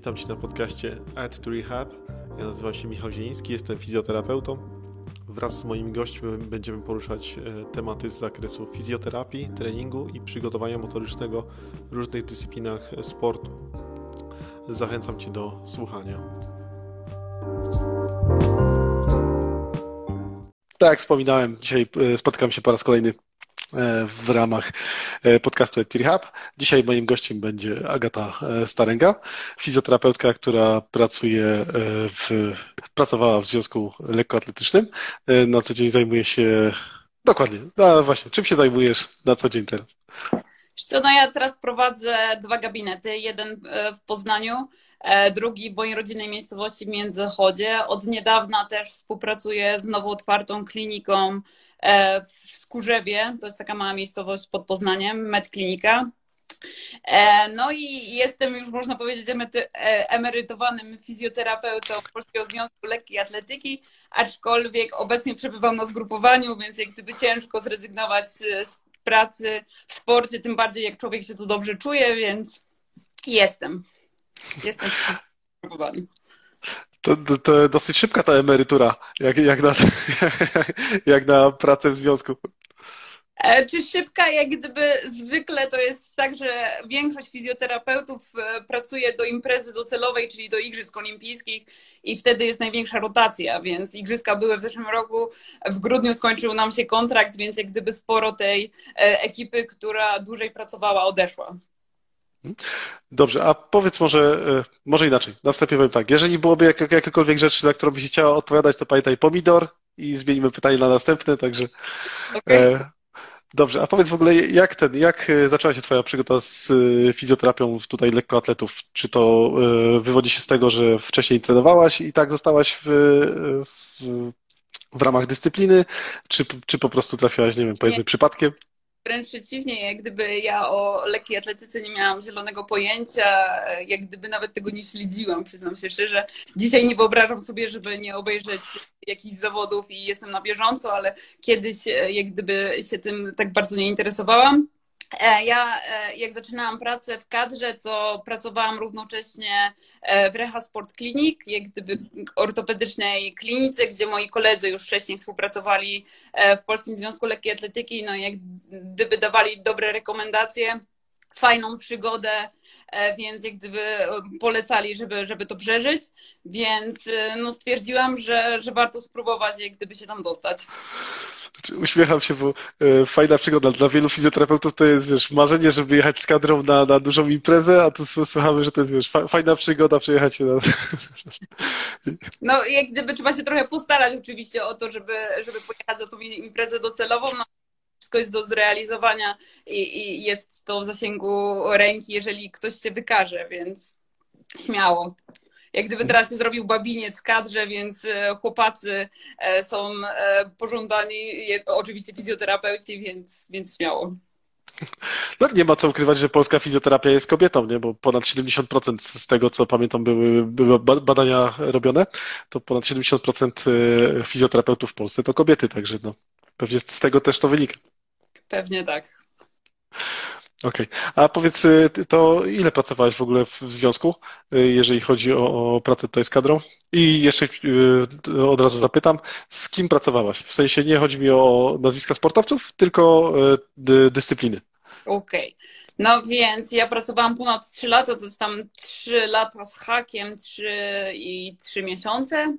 Witam Cię na podcaście Add to Rehab. Ja nazywam się Michał Zieliński, jestem fizjoterapeutą. Wraz z moimi gośćmi będziemy poruszać tematy z zakresu fizjoterapii, treningu i przygotowania motorycznego w różnych dyscyplinach sportu. Zachęcam Cię do słuchania. Tak jak wspominałem, dzisiaj spotykam się po raz kolejny w ramach podcastu Add to Rehab. Dzisiaj moim gościem będzie Agata Starenga, fizjoterapeutka, która pracowała w Związku Lekkoatletycznym. Na co dzień zajmuje się... Dokładnie, no właśnie, czym się zajmujesz na co dzień teraz? Wiesz co, no ja teraz prowadzę 2 gabinety, jeden w Poznaniu, drugi w mojej rodzinnej miejscowości w Międzychodzie. Od niedawna też współpracuję z nowo otwartą kliniką w Skórzewie, to jest taka mała miejscowość pod Poznaniem, Medklinika. No i jestem już, można powiedzieć, emerytowanym fizjoterapeutą Polskiego Związku Lekkiej Atletyki, aczkolwiek obecnie przebywam na zgrupowaniu, więc jak gdyby ciężko zrezygnować z pracy w sporcie, tym bardziej jak człowiek się tu dobrze czuje, więc jestem zgrupowany. To dosyć szybka ta emerytura, jak na pracę w związku. Czy szybka? Jak gdyby zwykle to jest tak, że większość fizjoterapeutów pracuje do imprezy docelowej, czyli do Igrzysk Olimpijskich i wtedy jest największa rotacja, więc Igrzyska były w zeszłym roku, w grudniu skończył nam się kontrakt, więc jak gdyby sporo tej ekipy, która dłużej pracowała, odeszła. Dobrze, a powiedz może inaczej. Na wstępie powiem tak, jeżeli byłoby jakakolwiek rzecz, na którą byś chciała odpowiadać, to pamiętaj pomidor i zmienimy pytanie na następne, także... Okay. Dobrze, a powiedz w ogóle, jak zaczęła się Twoja przygoda z fizjoterapią tutaj lekkoatletów? Czy to wywodzi się z tego, że wcześniej trenowałaś i tak zostałaś w ramach dyscypliny, czy po prostu trafiłaś, nie wiem, powiedzmy przypadkiem? Wręcz przeciwnie, jak gdyby ja o lekkiej atletyce nie miałam zielonego pojęcia, jak gdyby nawet tego nie śledziłam, przyznam się szczerze. Dzisiaj nie wyobrażam sobie, żeby nie obejrzeć jakichś zawodów i jestem na bieżąco, ale kiedyś jak gdyby się tym tak bardzo nie interesowałam. Ja jak zaczynałam pracę w kadrze, to pracowałam równocześnie w Reha Sport Clinic, jak gdyby ortopedycznej klinice, gdzie moi koledzy już wcześniej współpracowali w Polskim Związku Lekkiej Atletyki, no jak gdyby dawali dobre rekomendacje, fajną przygodę, więc jak gdyby polecali, żeby to przeżyć, więc no stwierdziłam, że warto spróbować, jak gdyby się tam dostać. Uśmiecham się, bo fajna przygoda. Dla wielu fizjoterapeutów to jest, wiesz, marzenie, żeby jechać z kadrą na dużą imprezę, a tu słuchamy, że to jest, wiesz, fajna przygoda przejechać się na... No, jak gdyby trzeba się trochę postarać oczywiście o to, żeby pojechać za tą imprezę docelową. No, wszystko jest do zrealizowania i jest to w zasięgu ręki, jeżeli ktoś się wykaże, więc śmiało. Jak gdyby teraz się zrobił babiniec w kadrze, więc chłopacy są pożądani, oczywiście fizjoterapeuci, więc śmiało. No nie ma co ukrywać, że polska fizjoterapia jest kobietą, nie? Bo ponad 70% z tego, co pamiętam, były badania robione, to ponad 70% fizjoterapeutów w Polsce to kobiety, także no, pewnie z tego też to wynika. Pewnie tak. Okej. A powiedz, to ile pracowałeś w ogóle w związku, jeżeli chodzi o pracę tutaj z kadrą? I jeszcze od razu zapytam, z kim pracowałaś? W sensie nie chodzi mi o nazwiska sportowców, tylko dyscypliny. Okej. No więc ja pracowałam ponad 3 lata, to jest tam 3 lata z hakiem, 3 i 3 miesiące.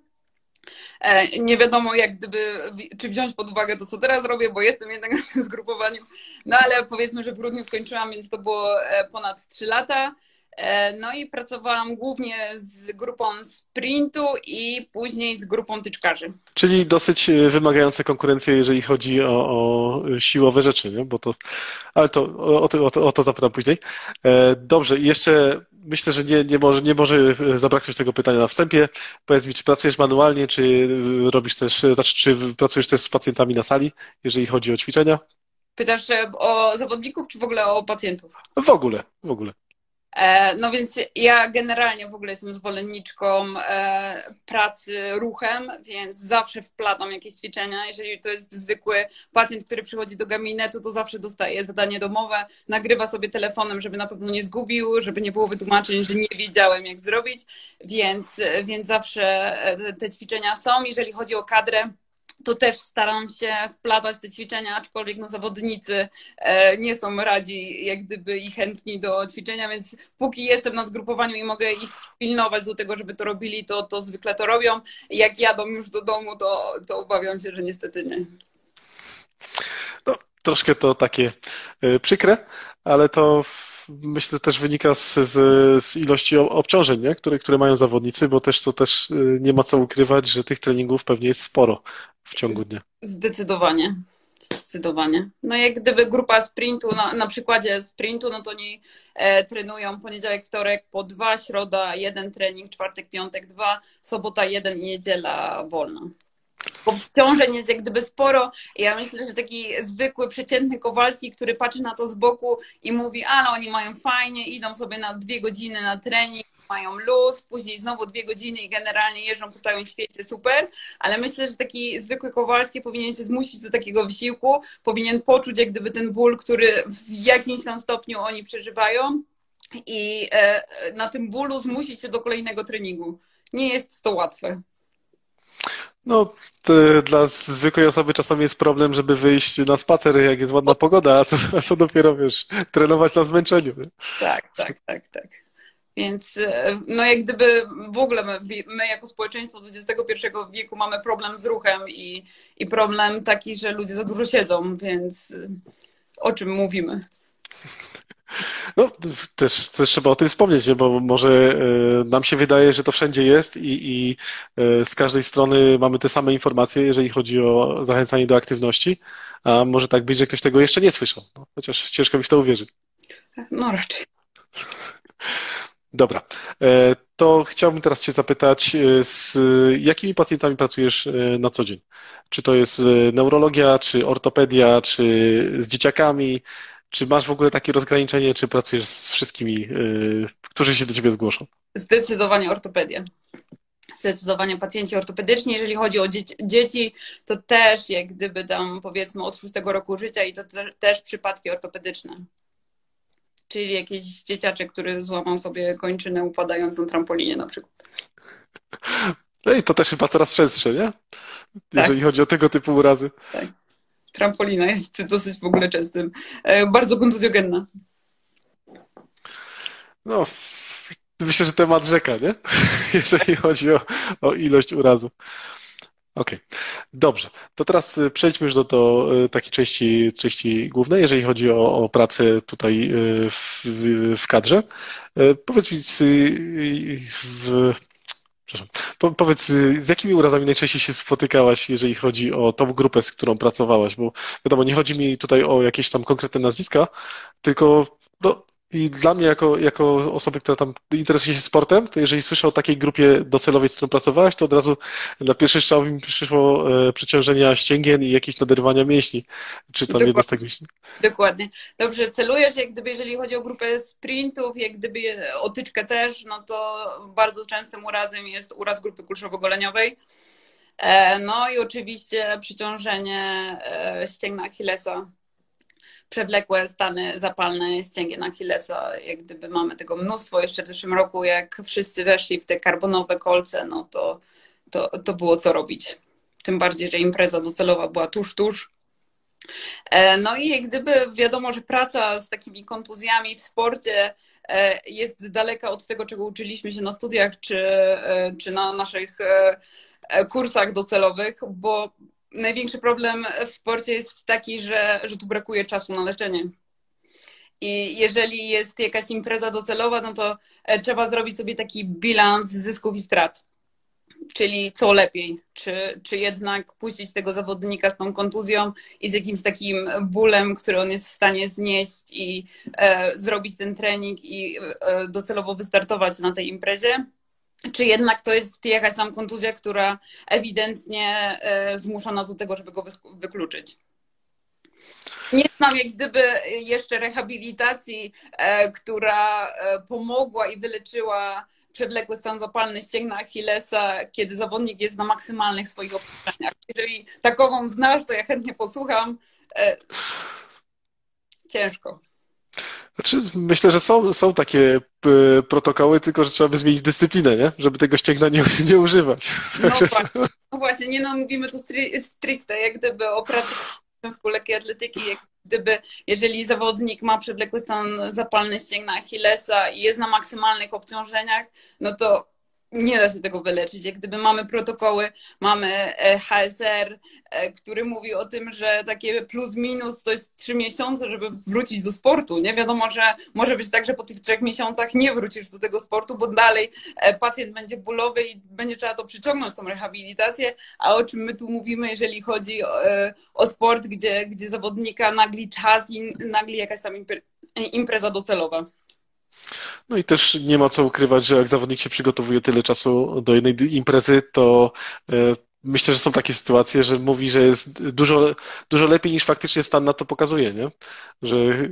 Nie wiadomo jak gdyby, czy wziąć pod uwagę to, co teraz robię, bo jestem jednak na tym zgrupowaniu. No ale powiedzmy, że w grudniu skończyłam, więc to było ponad 3 lata. No i pracowałam głównie z grupą sprintu i później z grupą tyczkarzy. Czyli dosyć wymagające konkurencje, jeżeli chodzi o siłowe rzeczy, nie? Bo to, ale to o to zapytam później. Dobrze, i jeszcze myślę, że nie może zabraknąć tego pytania na wstępie. Powiedz mi, czy pracujesz manualnie, czy robisz też, czy pracujesz też z pacjentami na sali, jeżeli chodzi o ćwiczenia? Pytasz o zawodników, czy w ogóle o pacjentów? W ogóle. No więc ja generalnie w ogóle jestem zwolenniczką pracy ruchem, więc zawsze wplatam jakieś ćwiczenia. Jeżeli to jest zwykły pacjent, który przychodzi do gabinetu, to zawsze dostaje zadanie domowe, nagrywa sobie telefonem, żeby na pewno nie zgubił, żeby nie było wytłumaczeń, że nie wiedziałem, jak zrobić, więc zawsze te ćwiczenia są. Jeżeli chodzi o kadrę, to też staram się wplatać te ćwiczenia, aczkolwiek no, zawodnicy nie są radzi jak gdyby i chętni do ćwiczenia, więc póki jestem na zgrupowaniu i mogę ich pilnować do tego, żeby to robili, to zwykle to robią. Jak jadą już do domu, to obawiam się, że niestety nie. No, troszkę to takie przykre, ale to myślę też wynika z ilości obciążeń, nie? Które mają zawodnicy, bo też to też nie ma co ukrywać, że tych treningów pewnie jest sporo w ciągu dnia. Zdecydowanie. Zdecydowanie. No jak gdyby grupa sprintu, na przykładzie sprintu, no to oni trenują poniedziałek, wtorek po 2, środa 1 trening, czwartek, piątek 2, sobota 1 i niedziela wolna. Obciążeń jest jak gdyby sporo. Ja myślę, że taki zwykły, przeciętny Kowalski, który patrzy na to z boku i mówi, ale oni mają fajnie, idą sobie na 2 godziny na trening, mają luz, później znowu 2 godziny i generalnie jeżdżą po całym świecie, super. Ale myślę, że taki zwykły Kowalski powinien się zmusić do takiego wysiłku, powinien poczuć jak gdyby ten ból, który w jakimś tam stopniu oni przeżywają i na tym bólu zmusić się do kolejnego treningu. Nie jest to łatwe. No, dla zwykłej osoby czasami jest problem, żeby wyjść na spacer, jak jest ładna pogoda, a co dopiero, wiesz, trenować na zmęczeniu. Nie? Tak, tak, tak, tak. Więc no jak gdyby w ogóle my jako społeczeństwo XXI wieku mamy problem z ruchem i problem taki, że ludzie za dużo siedzą, więc o czym mówimy? No, też trzeba o tym wspomnieć, nie? Bo może nam się wydaje, że to wszędzie jest i z każdej strony mamy te same informacje, jeżeli chodzi o zachęcanie do aktywności, a może tak być, że ktoś tego jeszcze nie słyszał. No, chociaż ciężko mi w to uwierzyć. No raczej. Dobra, to chciałbym teraz Cię zapytać, z jakimi pacjentami pracujesz na co dzień? Czy to jest neurologia, czy ortopedia, czy z dzieciakami? Czy masz w ogóle takie rozgraniczenie, czy pracujesz z wszystkimi, którzy się do Ciebie zgłoszą? Zdecydowanie ortopedia. Zdecydowanie pacjenci ortopedyczni. Jeżeli chodzi o dzieci, to też jak gdyby tam powiedzmy od 6 roku życia i to też przypadki ortopedyczne. Czyli jakiś dzieciaczek, który złamał sobie kończynę upadając na trampolinie na przykład. No i to też chyba coraz częstsze, nie? Tak, Jeżeli chodzi o tego typu urazy. tak. Trampolina jest dosyć w ogóle częstym. Bardzo kontuzjogenna. No, myślę, że temat rzeka, nie? Jeżeli chodzi o ilość urazów. Okej, dobrze. To teraz przejdźmy już do takiej części głównej, jeżeli chodzi o pracę tutaj w kadrze. Powiedz mi, przepraszam, powiedz, z jakimi urazami najczęściej się spotykałaś, jeżeli chodzi o tą grupę, z którą pracowałaś? Bo wiadomo, nie chodzi mi tutaj o jakieś tam konkretne nazwiska, tylko no, i dla mnie, jako osoby, która tam interesuje się sportem, to jeżeli słyszę o takiej grupie docelowej, z którą pracowałaś, to od razu na pierwszy strzał mi przyszło przeciążenia ścięgien i jakieś naderwania mięśni, czy tam jednostek mięśni. Dokładnie. Dobrze, celujesz, jak gdyby, jeżeli chodzi o grupę sprintów, jak gdyby otyczkę też, no to bardzo częstym urazem jest uraz grupy kulszowo-goleniowej. No i oczywiście przyciążenie ścięgna Achillesa, przewlekłe stany zapalne ścięgien Achillesa, jak gdyby mamy tego mnóstwo. Jeszcze w zeszłym roku, jak wszyscy weszli w te karbonowe kolce, no to było co robić. Tym bardziej, że impreza docelowa była tuż. No i jak gdyby wiadomo, że praca z takimi kontuzjami w sporcie jest daleka od tego, czego uczyliśmy się na studiach czy na naszych kursach docelowych, bo największy problem w sporcie jest taki, że tu brakuje czasu na leczenie. I jeżeli jest jakaś impreza docelowa, no to trzeba zrobić sobie taki bilans zysków i strat. Czyli co lepiej, czy jednak puścić tego zawodnika z tą kontuzją i z jakimś takim bólem, który on jest w stanie znieść i zrobić ten trening i docelowo wystartować na tej imprezie, czy jednak to jest jakaś tam kontuzja, która ewidentnie zmusza nas do tego, żeby go wykluczyć. Nie znam jak gdyby jeszcze rehabilitacji, która pomogła i wyleczyła przewlekły stan zapalny ścięgna Achillesa, kiedy zawodnik jest na maksymalnych swoich obciążeniach. Jeżeli takową znasz, to ja chętnie posłucham. E, Ciężko. Znaczy, myślę, że są takie protokoły, tylko że trzeba by zmienić dyscyplinę, nie? Żeby tego ścięgna nie używać. No Także, właśnie, no właśnie, nie no, mówimy tu stricte jak gdyby o pracy w Związku Lekkiej Atletyki, jak gdyby jeżeli zawodnik ma przewlekły stan zapalny ścięgna Achillesa i jest na maksymalnych obciążeniach, no to nie da się tego wyleczyć. Jak gdyby mamy protokoły, mamy HSR, który mówi o tym, że takie plus minus to jest 3 miesiące, żeby wrócić do sportu. Nie wiadomo, że może być tak, że po tych 3 miesiącach nie wrócisz do tego sportu, bo dalej pacjent będzie bólowy i będzie trzeba to przyciągnąć, tą rehabilitację. A o czym my tu mówimy, jeżeli chodzi o sport, gdzie zawodnika nagli czas i nagli jakaś tam impreza docelowa. no i też nie ma co ukrywać, że jak zawodnik się przygotowuje tyle czasu do jednej imprezy, to myślę, że są takie sytuacje, że mówi, że jest dużo lepiej niż faktycznie stan na to pokazuje, nie? Że,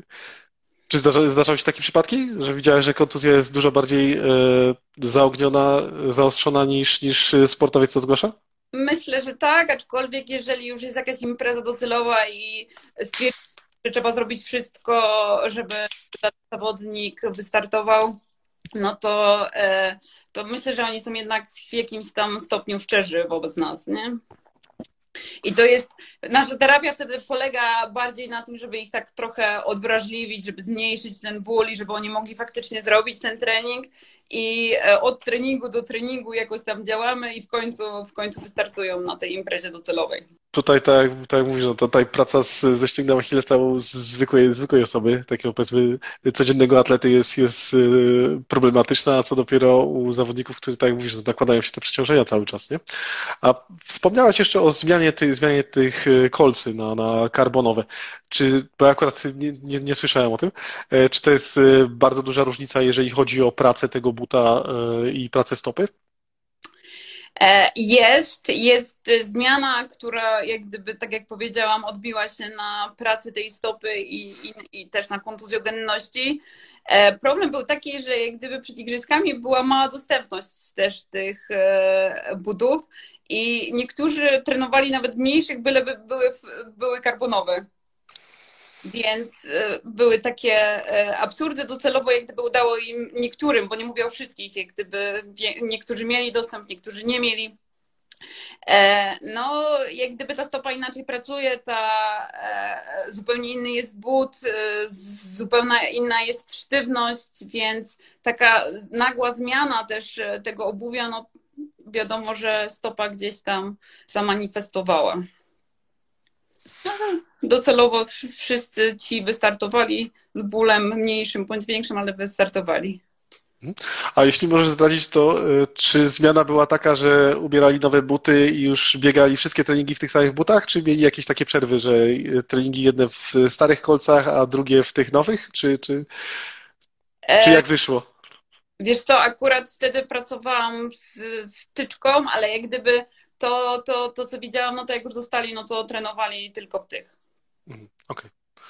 czy zdarzały się takie przypadki, że widziałeś, że kontuzja jest dużo bardziej zaogniona, zaostrzona niż sportowiec to zgłasza? Myślę, że tak, aczkolwiek jeżeli już jest jakaś impreza docelowa i stwierdzi, że trzeba zrobić wszystko, żeby ten zawodnik wystartował, no to myślę, że oni są jednak w jakimś tam stopniu szczerzy wobec nas, nie? I to jest, nasza terapia wtedy polega bardziej na tym, żeby ich tak trochę odwrażliwić, żeby zmniejszyć ten ból i żeby oni mogli faktycznie zrobić ten trening i od treningu do treningu jakoś tam działamy i w końcu wystartują na tej imprezie docelowej. Tutaj, tak jak mówisz, no to tutaj praca ze ścięgnem Achillesa u zwykłej osoby, takiego powiedzmy codziennego atlety jest problematyczna, a co dopiero u zawodników, którzy, tak jak mówisz, no nakładają się te przeciążenia cały czas, nie? A wspomniałaś jeszcze o zmianie tych kolcy na karbonowe. Bo ja akurat nie słyszałem o tym. Czy to jest bardzo duża różnica, jeżeli chodzi o pracę tego buta i pracę stopy? Jest zmiana, która jak gdyby, tak jak powiedziałam, odbiła się na pracy tej stopy i też na kontuzjogenności. Problem był taki, że jak gdyby przed igrzyskami była mała dostępność też tych butów i niektórzy trenowali nawet w mniejszych, byleby były karbonowe. Więc były takie absurdy docelowo, jak gdyby udało im niektórym, bo nie mówię o wszystkich, jak gdyby niektórzy mieli dostęp, niektórzy nie mieli. No, jak gdyby ta stopa inaczej pracuje, zupełnie inny jest but, zupełnie inna jest sztywność, więc taka nagła zmiana też tego obuwia, no wiadomo, że stopa gdzieś tam zamanifestowała. Docelowo wszyscy ci wystartowali z bólem mniejszym bądź większym, ale wystartowali. A jeśli możesz zdradzić, to czy zmiana była taka, że ubierali nowe buty i już biegali wszystkie treningi w tych samych butach, czy mieli jakieś takie przerwy, że treningi jedne w starych kolcach, a drugie w tych nowych? Czy E, jak wyszło? Wiesz co, akurat wtedy pracowałam z tyczką, ale jak gdyby to, co widziałam, no to jak już dostali, no to trenowali tylko w tych. Okej.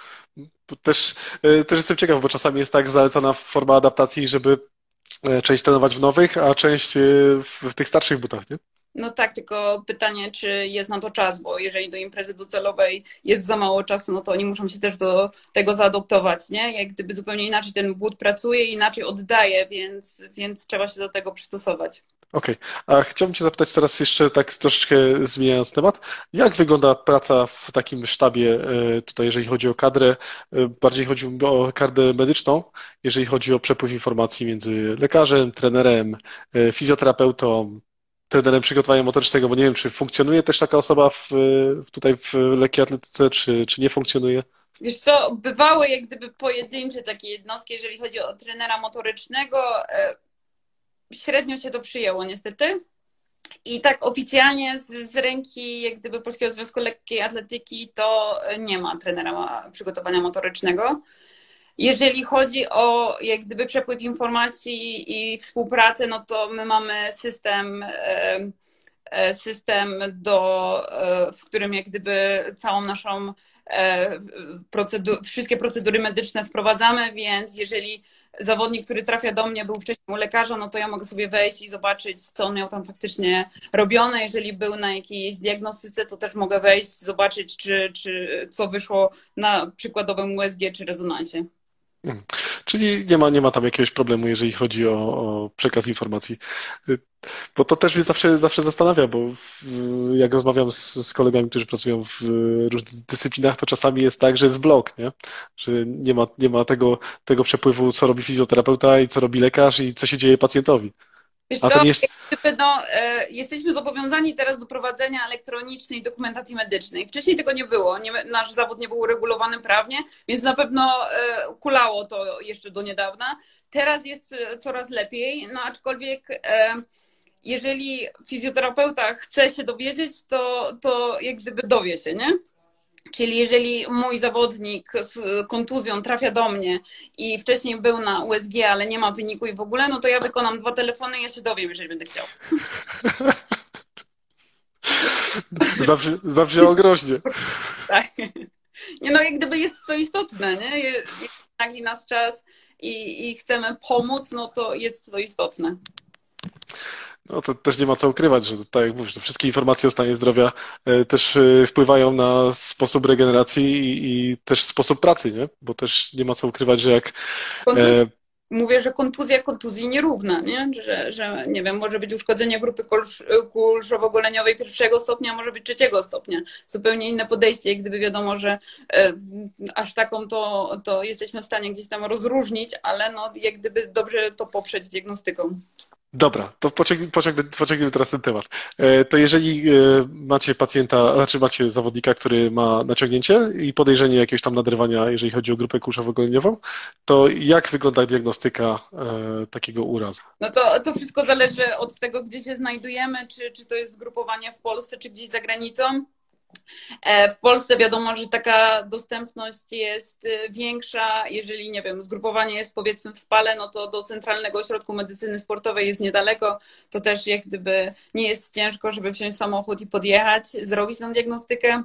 Też jestem ciekaw, bo czasami jest tak zalecana forma adaptacji, żeby część trenować w nowych, a część w tych starszych butach, nie? No tak, tylko pytanie, czy jest na to czas, bo jeżeli do imprezy docelowej jest za mało czasu, no to oni muszą się też do tego zaadoptować, nie? Jak gdyby zupełnie inaczej ten but pracuje i inaczej oddaje, więc trzeba się do tego przystosować. Okej. A chciałbym Cię zapytać teraz jeszcze tak troszeczkę zmieniając temat, jak wygląda praca w takim sztabie tutaj, jeżeli chodzi o kadrę, bardziej chodzi mi o kadrę medyczną, jeżeli chodzi o przepływ informacji między lekarzem, trenerem, fizjoterapeutą, trenerem przygotowania motorycznego, bo nie wiem, czy funkcjonuje też taka osoba tutaj w lekkiej atletyce, czy nie funkcjonuje? Wiesz co, bywały jak gdyby pojedyncze takie jednostki, jeżeli chodzi o trenera motorycznego. Średnio się to przyjęło niestety. I tak oficjalnie z ręki jak gdyby Polskiego Związku Lekkiej Atletyki to nie ma trenera przygotowania motorycznego. Jeżeli chodzi o jak gdyby przepływ informacji i współpracę, no to my mamy system w którym jak gdyby całą naszą wszystkie procedury medyczne wprowadzamy, więc jeżeli zawodnik, który trafia do mnie, był wcześniej u lekarza, no to ja mogę sobie wejść i zobaczyć, co on miał tam faktycznie robione. Jeżeli był na jakiejś diagnostyce, to też mogę wejść, zobaczyć, czy co wyszło na przykładowym USG czy rezonansie. Czyli nie ma tam jakiegoś problemu, jeżeli chodzi o przekaz informacji. Bo to też mnie zawsze zastanawia, bo jak rozmawiam z kolegami, którzy pracują w różnych dyscyplinach, to czasami jest tak, że jest blok, nie? Że nie ma tego przepływu, co robi fizjoterapeuta i co robi lekarz i co się dzieje pacjentowi. Wiesz A co, to nie. jesteśmy zobowiązani teraz do prowadzenia elektronicznej dokumentacji medycznej. Wcześniej tego nie było, nasz zawód nie był uregulowany prawnie, więc na pewno kulało to jeszcze do niedawna. Teraz jest coraz lepiej, no aczkolwiek jeżeli fizjoterapeuta chce się dowiedzieć, to jak gdyby dowie się, nie? Czyli jeżeli mój zawodnik z kontuzją trafia do mnie i wcześniej był na USG, ale nie ma wyniku i w ogóle, no to ja wykonam 2 telefony i ja się dowiem, jeżeli będę chciał. Zabrzmiało groźnie. Tak. Nie no, jak gdyby jest to istotne, nie? Jest nagli nas czas i chcemy pomóc, no to jest to istotne. No to też nie ma co ukrywać, że tak jak mówisz, wszystkie informacje o stanie zdrowia też wpływają na sposób regeneracji i też sposób pracy, nie? Bo też nie ma co ukrywać, że jak Mówię, że kontuzja kontuzji nierówna, nie? Że nie wiem, może być uszkodzenie grupy kulszowo-goleniowej 1. stopnia, może być 3. stopnia. Zupełnie inne podejście, jak gdyby wiadomo, że aż taką to jesteśmy w stanie gdzieś tam rozróżnić, ale no, jak gdyby dobrze to poprzeć diagnostyką. Dobra, to pociągniemy teraz ten temat. To jeżeli macie pacjenta, znaczy macie zawodnika, który ma naciągnięcie i podejrzenie jakiegoś tam naderwania, jeżeli chodzi o grupę kulszowo-goleniową, to jak wygląda diagnostyka takiego urazu? No to wszystko zależy od tego, gdzie się znajdujemy, czy to jest zgrupowanie w Polsce, czy gdzieś za granicą. W Polsce wiadomo, że taka dostępność jest większa. Jeżeli, nie wiem, zgrupowanie jest powiedzmy w Spale, no to do Centralnego Ośrodku Medycyny Sportowej jest niedaleko. To też jak gdyby nie jest ciężko, żeby wziąć samochód i podjechać, zrobić tą diagnostykę.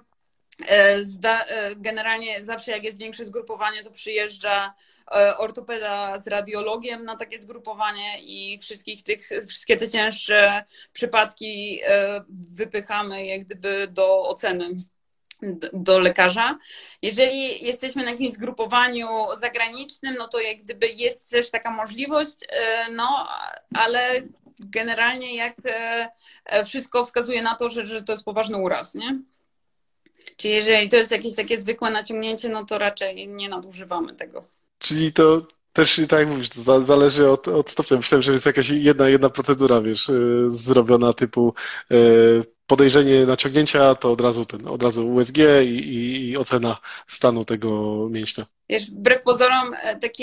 Generalnie zawsze jak jest większe zgrupowanie, to przyjeżdża ortopeda z radiologiem na takie zgrupowanie i wszystkie te cięższe przypadki wypychamy jak gdyby do oceny do lekarza. Jeżeli jesteśmy na jakimś zgrupowaniu zagranicznym, no to jak gdyby jest też taka możliwość, no ale generalnie jak wszystko wskazuje na to, że to jest poważny uraz, nie? Czyli jeżeli to jest jakieś takie zwykłe naciągnięcie, no to raczej nie nadużywamy tego. Czyli to też, tak jak mówisz, to zależy od stopnia. Myślałem, że jest jakaś jedna procedura, wiesz, zrobiona typu podejrzenie naciągnięcia, to od razu USG i ocena stanu tego mięśnia. Wiesz, wbrew pozorom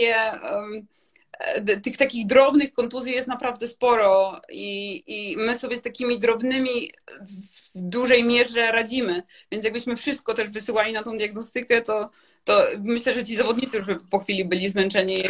tych takich drobnych kontuzji jest naprawdę sporo i my sobie z takimi drobnymi w dużej mierze radzimy. Więc jakbyśmy wszystko też wysyłali na tą diagnostykę, to myślę, że ci zawodnicy już by po chwili byli zmęczeni.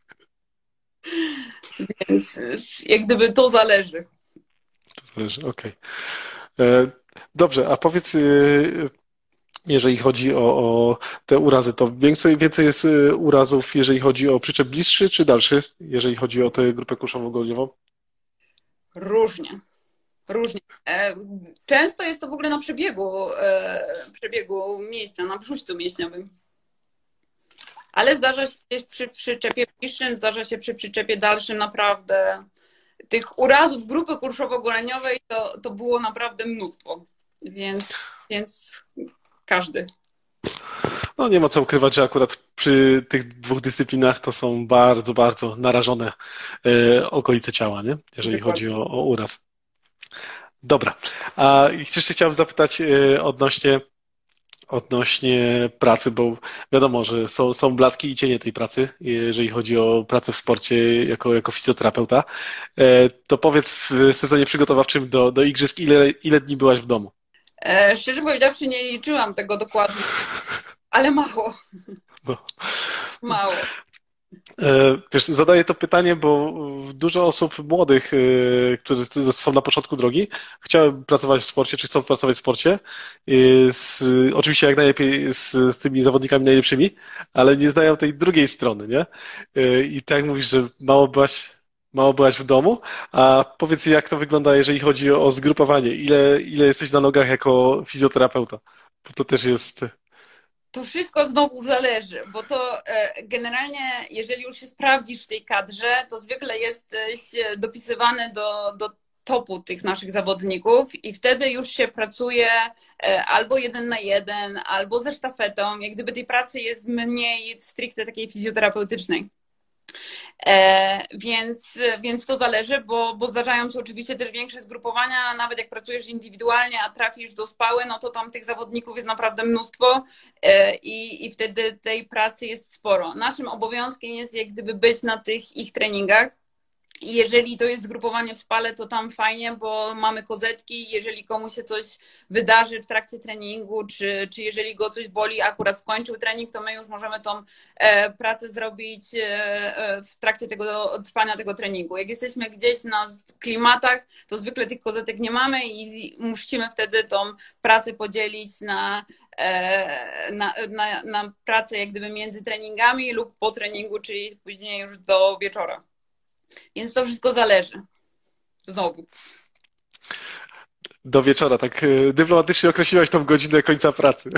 Więc jak gdyby to zależy. To zależy, okej. Dobrze, a powiedz, jeżeli chodzi o te urazy, to więcej jest urazów, jeżeli chodzi o przyczep bliższy czy dalszy, jeżeli chodzi o tę grupę kulszowo-goleniową? Różnie. Różnie. Często jest to w ogóle na przebiegu miejsca, na brzuszcu mięśniowym. Ale zdarza się przy przyczepie bliższym, zdarza się przy przyczepie dalszym naprawdę. Tych urazów grupy kulszowo-goleniowej to było naprawdę mnóstwo. Więc każdy. No nie ma co ukrywać, że akurat przy tych 2 dyscyplinach to są bardzo, bardzo narażone okolice ciała, nie? Jeżeli chodzi o uraz. Dobra. A jeszcze chciałem zapytać odnośnie pracy, bo wiadomo, że są blaski i cienie tej pracy, jeżeli chodzi o pracę w sporcie jako fizjoterapeuta. To powiedz w sezonie przygotowawczym do igrzysk, ile dni byłaś w domu? Szczerze powiedziawszy, nie liczyłam tego dokładnie, ale mało. No. Mało. Wiesz, zadaję to pytanie, bo dużo osób młodych, którzy są na początku drogi, chciały pracować w sporcie, czy chcą pracować w sporcie, oczywiście jak najlepiej z tymi zawodnikami najlepszymi, ale nie znają tej drugiej strony, nie? I tak jak mówisz, że mało byłaś w domu, a powiedz jak to wygląda, jeżeli chodzi o zgrupowanie, ile jesteś na nogach jako fizjoterapeuta? Bo to też jest... To wszystko znowu zależy, bo to generalnie, jeżeli już się sprawdzisz w tej kadrze, to zwykle jesteś dopisywany do topu tych naszych zawodników i wtedy już się pracuje albo 1 na 1, albo ze sztafetą. Jak gdyby tej pracy jest mniej stricte takiej fizjoterapeutycznej. Więc to zależy, bo zdarzają się oczywiście też większe zgrupowania, nawet jak pracujesz indywidualnie, a trafisz do spały, no to tam tych zawodników jest naprawdę mnóstwo i wtedy tej pracy jest sporo. Naszym obowiązkiem jest jak gdyby być na tych ich treningach. I jeżeli to jest zgrupowanie w spale, to tam fajnie, bo mamy kozetki. Jeżeli komuś się coś wydarzy w trakcie treningu, czy jeżeli go coś boli, akurat skończył trening, to my już możemy tą pracę zrobić w trakcie trwania tego treningu. Jak jesteśmy gdzieś na klimatach, to zwykle tych kozetek nie mamy i musimy wtedy tą pracę podzielić na pracę jak gdyby między treningami lub po treningu, czyli później już do wieczora. Więc to wszystko zależy. Znowu. Do wieczora, tak dyplomatycznie określiłaś tą godzinę końca pracy.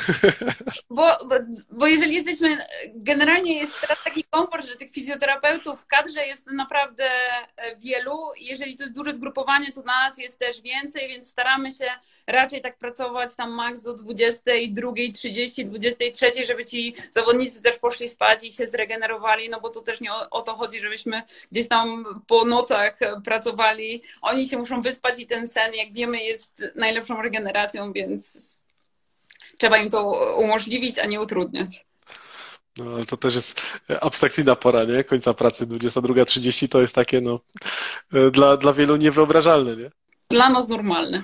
Bo jeżeli jesteśmy, generalnie jest teraz taki komfort, że tych fizjoterapeutów w kadrze jest naprawdę wielu. Jeżeli to jest duże zgrupowanie, to nas jest też więcej, więc staramy się raczej tak pracować tam maks do 22:30, 23:00, żeby ci zawodnicy też poszli spać i się zregenerowali, no bo to też nie o to chodzi, żebyśmy gdzieś tam po nocach pracowali. Oni się muszą wyspać i ten sen, jak wiemy, jest najlepszą regeneracją, więc trzeba im to umożliwić, a nie utrudniać. No, ale to też jest abstrakcyjna pora, nie? Końca pracy 22:30 to jest takie, no, dla wielu niewyobrażalne, nie? Dla nas normalne.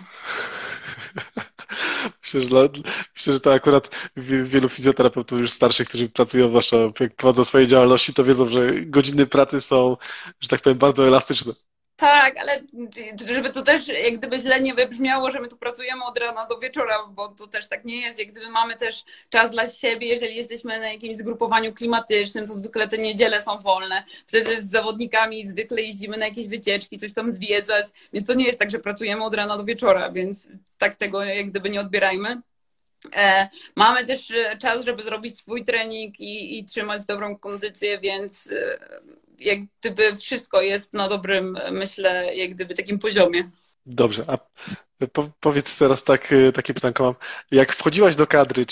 Myślę, że, myślę, że to akurat wielu fizjoterapeutów już starszych, którzy pracują, zwłaszcza jak prowadzą swoje działalności, to wiedzą, że godziny pracy są, że tak powiem, bardzo elastyczne. Tak, ale żeby to też jak gdyby źle nie wybrzmiało, że my tu pracujemy od rana do wieczora, bo to też tak nie jest. Jak gdyby mamy też czas dla siebie, jeżeli jesteśmy na jakimś zgrupowaniu klimatycznym, to zwykle te niedziele są wolne. Wtedy z zawodnikami zwykle jeździmy na jakieś wycieczki, coś tam zwiedzać, więc to nie jest tak, że pracujemy od rana do wieczora, więc tak tego jak gdyby nie odbierajmy. Mamy też czas, żeby zrobić swój trening i trzymać dobrą kondycję, więc jak gdyby wszystko jest na dobrym, myślę, jak gdyby takim poziomie. Dobrze, a powiedz teraz takie pytanko mam. Jak wchodziłaś do kadry,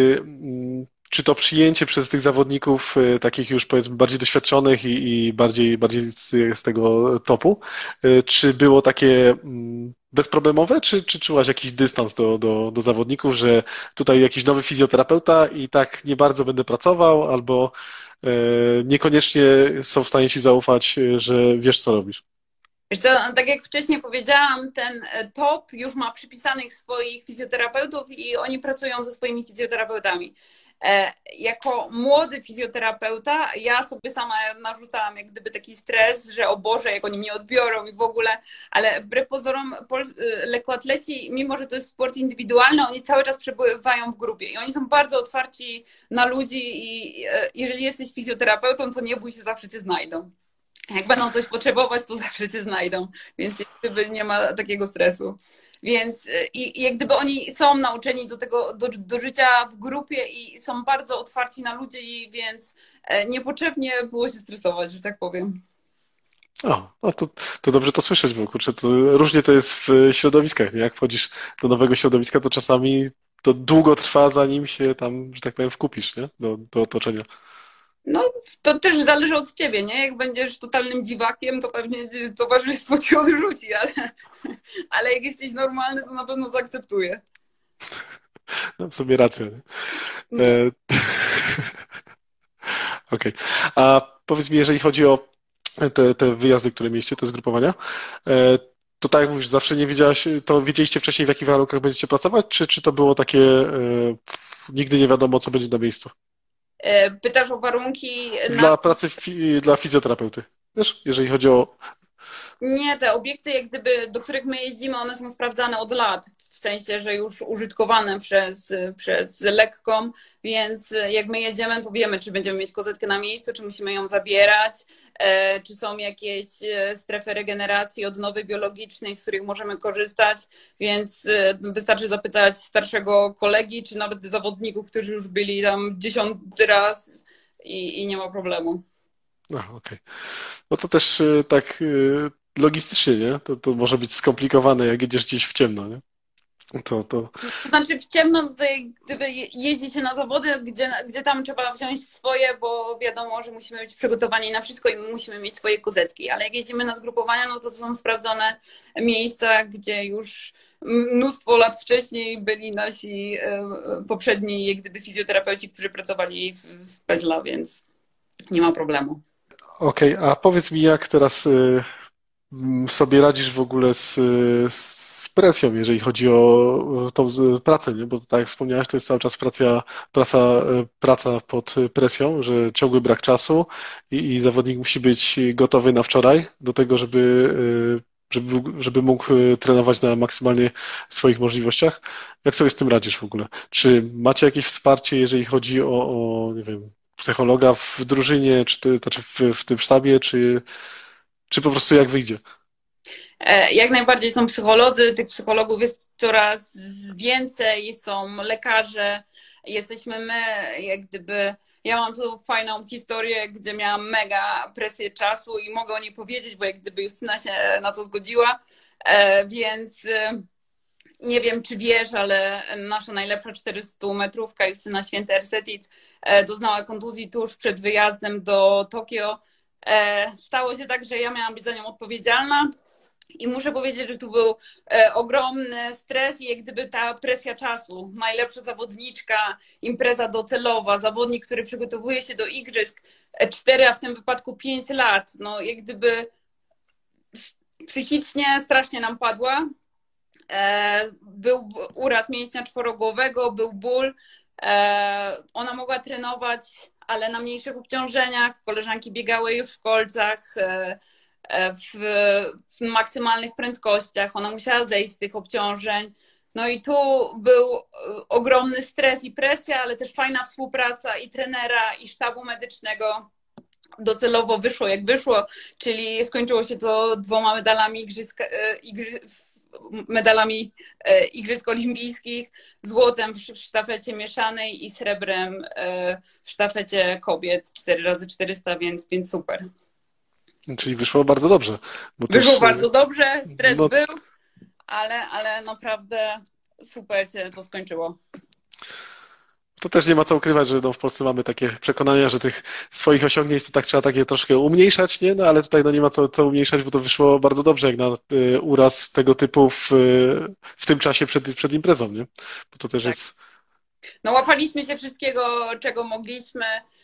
czy to przyjęcie przez tych zawodników, takich już powiedzmy bardziej doświadczonych i bardziej z tego topu, czy było takie bezproblemowe, czy czułaś jakiś dystans do zawodników, że tutaj jakiś nowy fizjoterapeuta i tak nie bardzo będę pracował, albo niekoniecznie są w stanie ci zaufać, że wiesz, co robisz? Wiesz co, no, tak jak wcześniej powiedziałam, ten top już ma przypisanych swoich fizjoterapeutów i oni pracują ze swoimi fizjoterapeutami. Jako młody fizjoterapeuta ja sobie sama narzucałam jak gdyby taki stres, że o Boże, jak oni mnie odbiorą i w ogóle, ale wbrew pozorom lekkoatleci, mimo że to jest sport indywidualny, oni cały czas przebywają w grupie i oni są bardzo otwarci na ludzi i jeżeli jesteś fizjoterapeutą, to nie bój się, zawsze cię znajdą. Jak będą coś potrzebować, to zawsze cię znajdą, więc jak gdyby nie ma takiego stresu. Więc i jak gdyby oni są nauczeni do tego, do życia w grupie i są bardzo otwarci na ludzi, więc niepotrzebnie było się stresować, że tak powiem. O, no to dobrze to słyszeć, bo kurczę, to różnie to jest w środowiskach, nie? Jak wchodzisz do nowego środowiska, to czasami to długo trwa, zanim się tam, że tak powiem, wkupisz, nie? Do otoczenia. No, to też zależy od ciebie, nie? Jak będziesz totalnym dziwakiem, to pewnie towarzystwo cię odrzuci, ale jak jesteś normalny, to na pewno zaakceptuje. No, w sobie rację, nie? No. Okej. A powiedz mi, jeżeli chodzi o te wyjazdy, które mieliście, te zgrupowania, to tak jak mówisz, zawsze nie wiedziałaś, to wiedzieliście wcześniej, w jakich warunkach będziecie pracować, czy to było takie, nigdy nie wiadomo, co będzie na miejscu? Pytasz o warunki na... Dla pracy, dla fizjoterapeuty. Wiesz, jeżeli chodzi o... Nie, te obiekty, jak gdyby, do których my jeździmy, one są sprawdzane od lat, w sensie, że już użytkowane przez lekką, więc jak my jedziemy, to wiemy, czy będziemy mieć kozetkę na miejscu, czy musimy ją zabierać, czy są jakieś strefy regeneracji odnowy biologicznej, z których możemy korzystać, więc wystarczy zapytać starszego kolegi, czy nawet zawodników, którzy już byli tam 10 raz i nie ma problemu. Okej. No to też tak logistycznie, nie? To może być skomplikowane, jak jedziesz gdzieś w ciemno, nie? To... To znaczy w ciemno tutaj, gdyby jeździ się na zawody, gdzie tam trzeba wziąć swoje, bo wiadomo, że musimy być przygotowani na wszystko i musimy mieć swoje kozetki, ale jak jeździmy na zgrupowania, no to są sprawdzone miejsca, gdzie już mnóstwo lat wcześniej byli nasi poprzedni jak gdyby fizjoterapeuci, którzy pracowali w PEZLA, więc nie ma problemu. Okej, a powiedz mi, jak teraz sobie radzisz w ogóle z presją, jeżeli chodzi o tą pracę, nie? Bo tak jak wspomniałeś, to jest cały czas praca pod presją, że ciągły brak czasu i zawodnik musi być gotowy na wczoraj do tego, żeby mógł trenować na maksymalnie swoich możliwościach. Jak sobie z tym radzisz w ogóle? Czy macie jakieś wsparcie, jeżeli chodzi o nie wiem, psychologa w drużynie, znaczy w tym sztabie, czy po prostu jak wyjdzie? Jak najbardziej są psycholodzy, tych psychologów jest coraz więcej, są lekarze, jesteśmy my, jak gdyby. Ja mam tu fajną historię, gdzie miałam mega presję czasu i mogę o niej powiedzieć, bo jak gdyby Justyna się na to zgodziła, więc nie wiem, czy wiesz, ale nasza najlepsza 400-metrówka Justyna Święty-Ersetic doznała kontuzji tuż przed wyjazdem do Tokio. Stało się tak, że ja miałam być za nią odpowiedzialna. I muszę powiedzieć, że tu był ogromny stres i jak gdyby ta presja czasu. Najlepsza zawodniczka, impreza docelowa, zawodnik, który przygotowuje się do igrzysk 4, a w tym wypadku 5 lat. No jak gdyby psychicznie strasznie nam padła. Był uraz mięśnia czworogłowego, był ból. Ona mogła trenować, ale na mniejszych obciążeniach. Koleżanki biegały już w kolcach. W maksymalnych prędkościach. Ona musiała zejść z tych obciążeń. No i tu był ogromny stres i presja, ale też fajna współpraca i trenera, i sztabu medycznego. Docelowo wyszło jak wyszło, czyli skończyło się to 2 medalami Igrzysk Olimpijskich, złotem w sztafecie mieszanej i srebrem w sztafecie kobiet 4x400, więc super. Czyli wyszło bardzo dobrze, bo Wyszło też bardzo dobrze, stres no, był, ale naprawdę super się to skończyło. to też nie ma co ukrywać, że no, w Polsce mamy takie przekonania, że tych swoich osiągnięć to tak trzeba takie troszkę umniejszać, nie? No ale tutaj no, nie ma co umniejszać, bo to wyszło bardzo dobrze, jak na uraz tego typu w tym czasie przed imprezą, nie? Bo to też Tak. jest... No łapaliśmy się wszystkiego, czego mogliśmy.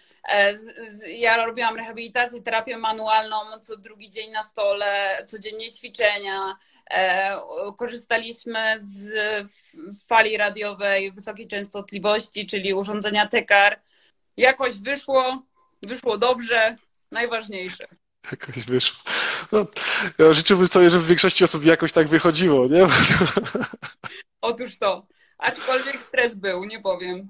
Ja robiłam rehabilitację, terapię manualną co drugi dzień na stole, codziennie ćwiczenia. Korzystaliśmy z fali radiowej wysokiej częstotliwości, czyli urządzenia TECAR. Jakoś wyszło dobrze, najważniejsze. Jakoś wyszło. No, ja życzyłbym sobie, żeby w większości osób jakoś tak wychodziło, nie? Otóż to. Aczkolwiek stres był, nie powiem.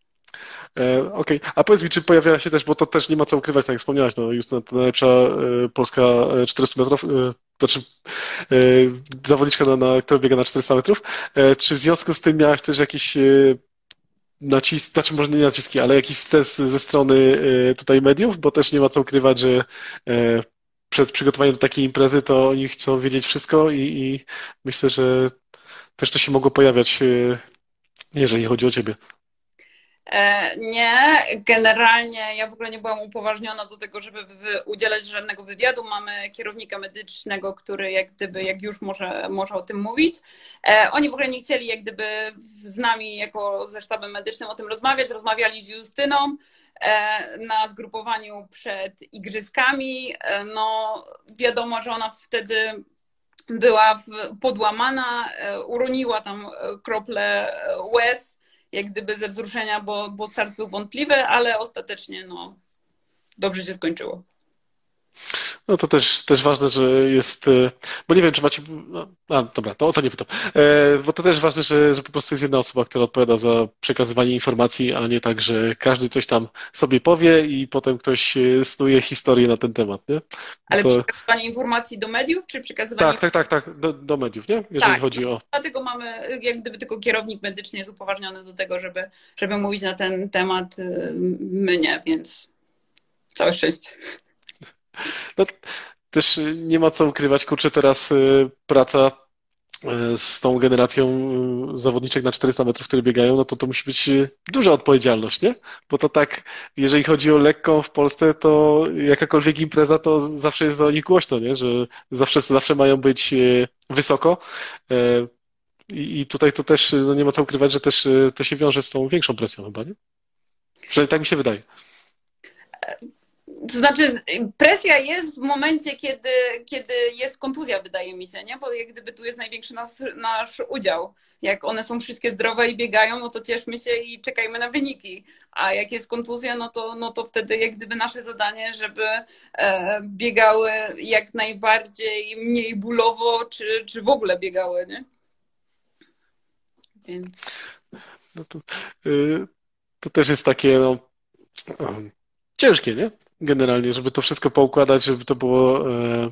Okej. A powiedz mi, czy pojawiała się też, bo to też nie ma co ukrywać, tak jak wspomniałaś, no Justyna to najlepsza polska 400 metrów, znaczy e, zawodniczka, która biega na 400 metrów. Czy w związku z tym miałaś też jakiś nacisk, znaczy może nie naciski, ale jakiś stres ze strony tutaj mediów, bo też nie ma co ukrywać, że przed przygotowaniem do takiej imprezy to oni chcą wiedzieć wszystko i myślę, że też to się mogło pojawiać, jeżeli chodzi o ciebie. Nie, generalnie ja w ogóle nie byłam upoważniona do tego, żeby udzielać żadnego wywiadu. Mamy kierownika medycznego, który jak gdyby, jak już może o tym mówić. Oni w ogóle nie chcieli jak gdyby z nami jako ze sztabem medycznym o tym rozmawiać. Rozmawiali z Justyną na zgrupowaniu przed igrzyskami. No wiadomo, że ona wtedy była podłamana, uroniła tam krople łez. jak gdyby ze wzruszenia, bo start był wątpliwy, ale ostatecznie no, dobrze się skończyło. No to też ważne, że jest, bo nie wiem, czy macie, no, dobra, to o to nie pytam, bo to też ważne, że po prostu jest jedna osoba, która odpowiada za przekazywanie informacji, a nie tak, że każdy coś tam sobie powie i potem ktoś snuje historię na ten temat, nie? Bo Ale to, przekazywanie informacji do mediów, czy przekazywanie... tak, do mediów, nie? Jeżeli Tak, chodzi no, o... dlatego mamy, jak gdyby tylko kierownik medyczny jest upoważniony do tego, żeby mówić na ten temat, my nie, więc całe szczęście. No, też nie ma co ukrywać, kurczę, teraz praca z tą generacją zawodniczek na 400 metrów, które biegają, no to musi być duża odpowiedzialność, nie? Bo to tak, jeżeli chodzi o lekką w Polsce, to jakakolwiek impreza, to zawsze jest o nich głośno, nie? Że zawsze mają być wysoko. E, I tutaj to też no nie ma co ukrywać, że też to się wiąże z tą większą presją chyba, nie? Przynajmniej tak mi się wydaje. To znaczy, presja jest w momencie, kiedy jest kontuzja, wydaje mi się, nie? Bo jak gdyby tu jest największy nasz udział. Jak one są wszystkie zdrowe i biegają, no to cieszmy się i czekajmy na wyniki. A jak jest kontuzja, no to wtedy jak gdyby nasze zadanie, żeby biegały jak najbardziej mniej bólowo, czy w ogóle biegały, nie? Więc No y, to też jest takie, no, ciężkie, nie? Generalnie, żeby to wszystko poukładać, żeby to było.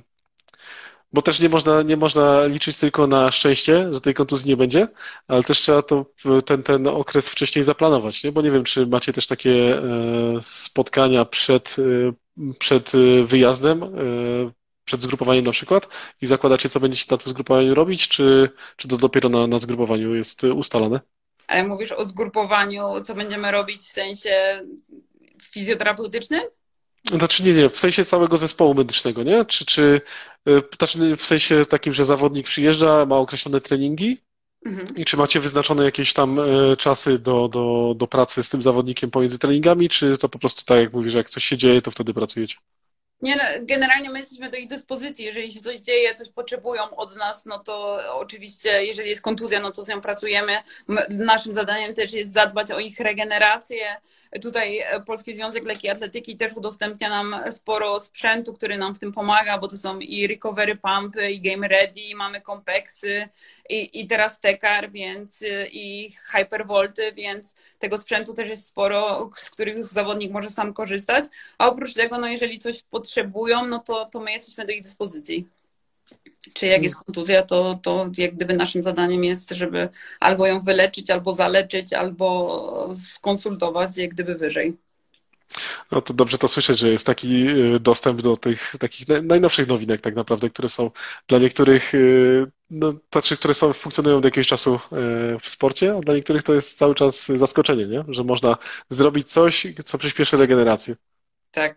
Bo też nie można liczyć tylko na szczęście, że tej kontuzji nie będzie, ale też trzeba ten okres wcześniej zaplanować, nie? Bo nie wiem, czy macie też takie spotkania przed wyjazdem, przed zgrupowaniem na przykład i zakładacie, co będziecie na tym zgrupowaniu robić, czy to dopiero na zgrupowaniu jest ustalane? ale mówisz o zgrupowaniu, co będziemy robić w sensie fizjoterapeutycznym? Znaczy nie, w sensie całego zespołu medycznego, nie? Znaczy w sensie takim, że zawodnik przyjeżdża, ma określone treningi Mhm. i czy macie wyznaczone jakieś tam czasy do pracy z tym zawodnikiem pomiędzy treningami, czy to po prostu tak jak mówisz, że jak coś się dzieje, to wtedy pracujecie? Nie, no, generalnie my jesteśmy do ich dyspozycji. Jeżeli się coś dzieje, coś potrzebują od nas, no to oczywiście, jeżeli jest kontuzja, no to z nią pracujemy. Naszym zadaniem też jest zadbać o ich regenerację. Tutaj Polski Związek Lekkiej Atletyki też udostępnia nam sporo sprzętu, który nam w tym pomaga, bo to są i recovery pumpy, i game ready, i mamy kompeksy, i teraz tekar, więc i hypervolty, więc tego sprzętu też jest sporo, z których zawodnik może sam korzystać. A oprócz tego, no jeżeli coś potrzebują, no to my jesteśmy do ich dyspozycji. Czy jak jest kontuzja, to jak gdyby naszym zadaniem jest, żeby albo ją wyleczyć, albo zaleczyć, albo skonsultować jak gdyby wyżej. No to dobrze to słyszeć, że jest taki dostęp do tych takich najnowszych nowinek tak naprawdę, które są dla niektórych, no, znaczy, które funkcjonują od jakiegoś czasu w sporcie, a dla niektórych to jest cały czas zaskoczenie, nie? Że można zrobić coś, co przyspieszy regenerację. Tak.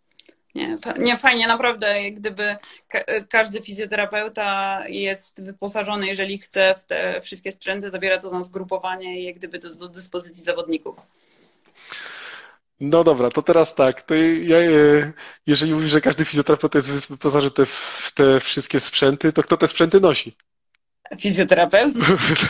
Nie, fajnie, naprawdę, jak gdyby każdy fizjoterapeuta jest wyposażony, jeżeli chce w te wszystkie sprzęty, zabiera to na zgrupowanie i jak gdyby do dyspozycji zawodników. No dobra, to teraz tak. To ja, jeżeli mówisz, że każdy fizjoterapeuta jest wyposażony w te wszystkie sprzęty, to kto te sprzęty nosi? Fizjoterapeuci,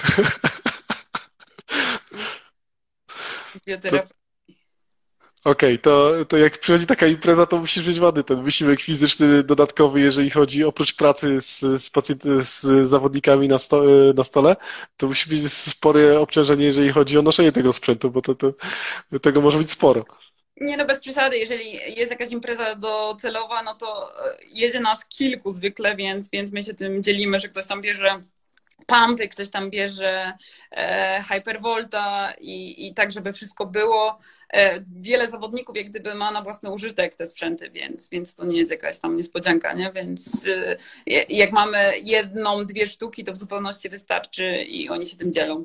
To, fizjoterapeuci. Okej, to jak przychodzi taka impreza, to musisz mieć ładny ten wysiłek fizyczny dodatkowy, jeżeli chodzi oprócz pracy z zawodnikami na stole, to musi być spore obciążenie, jeżeli chodzi o noszenie tego sprzętu, bo tego może być sporo. Nie no, bez przesady, jeżeli jest jakaś impreza docelowa, no to jedzie nas kilku zwykle, więc my się tym dzielimy, że ktoś tam bierze pumpy, ktoś tam bierze hypervolta i tak, żeby wszystko było. Wiele zawodników jak gdyby ma na własny użytek te sprzęty, więc to nie jest jakaś tam niespodzianka, nie? Więc jak mamy jedną, dwie sztuki, to w zupełności wystarczy i oni się tym dzielą.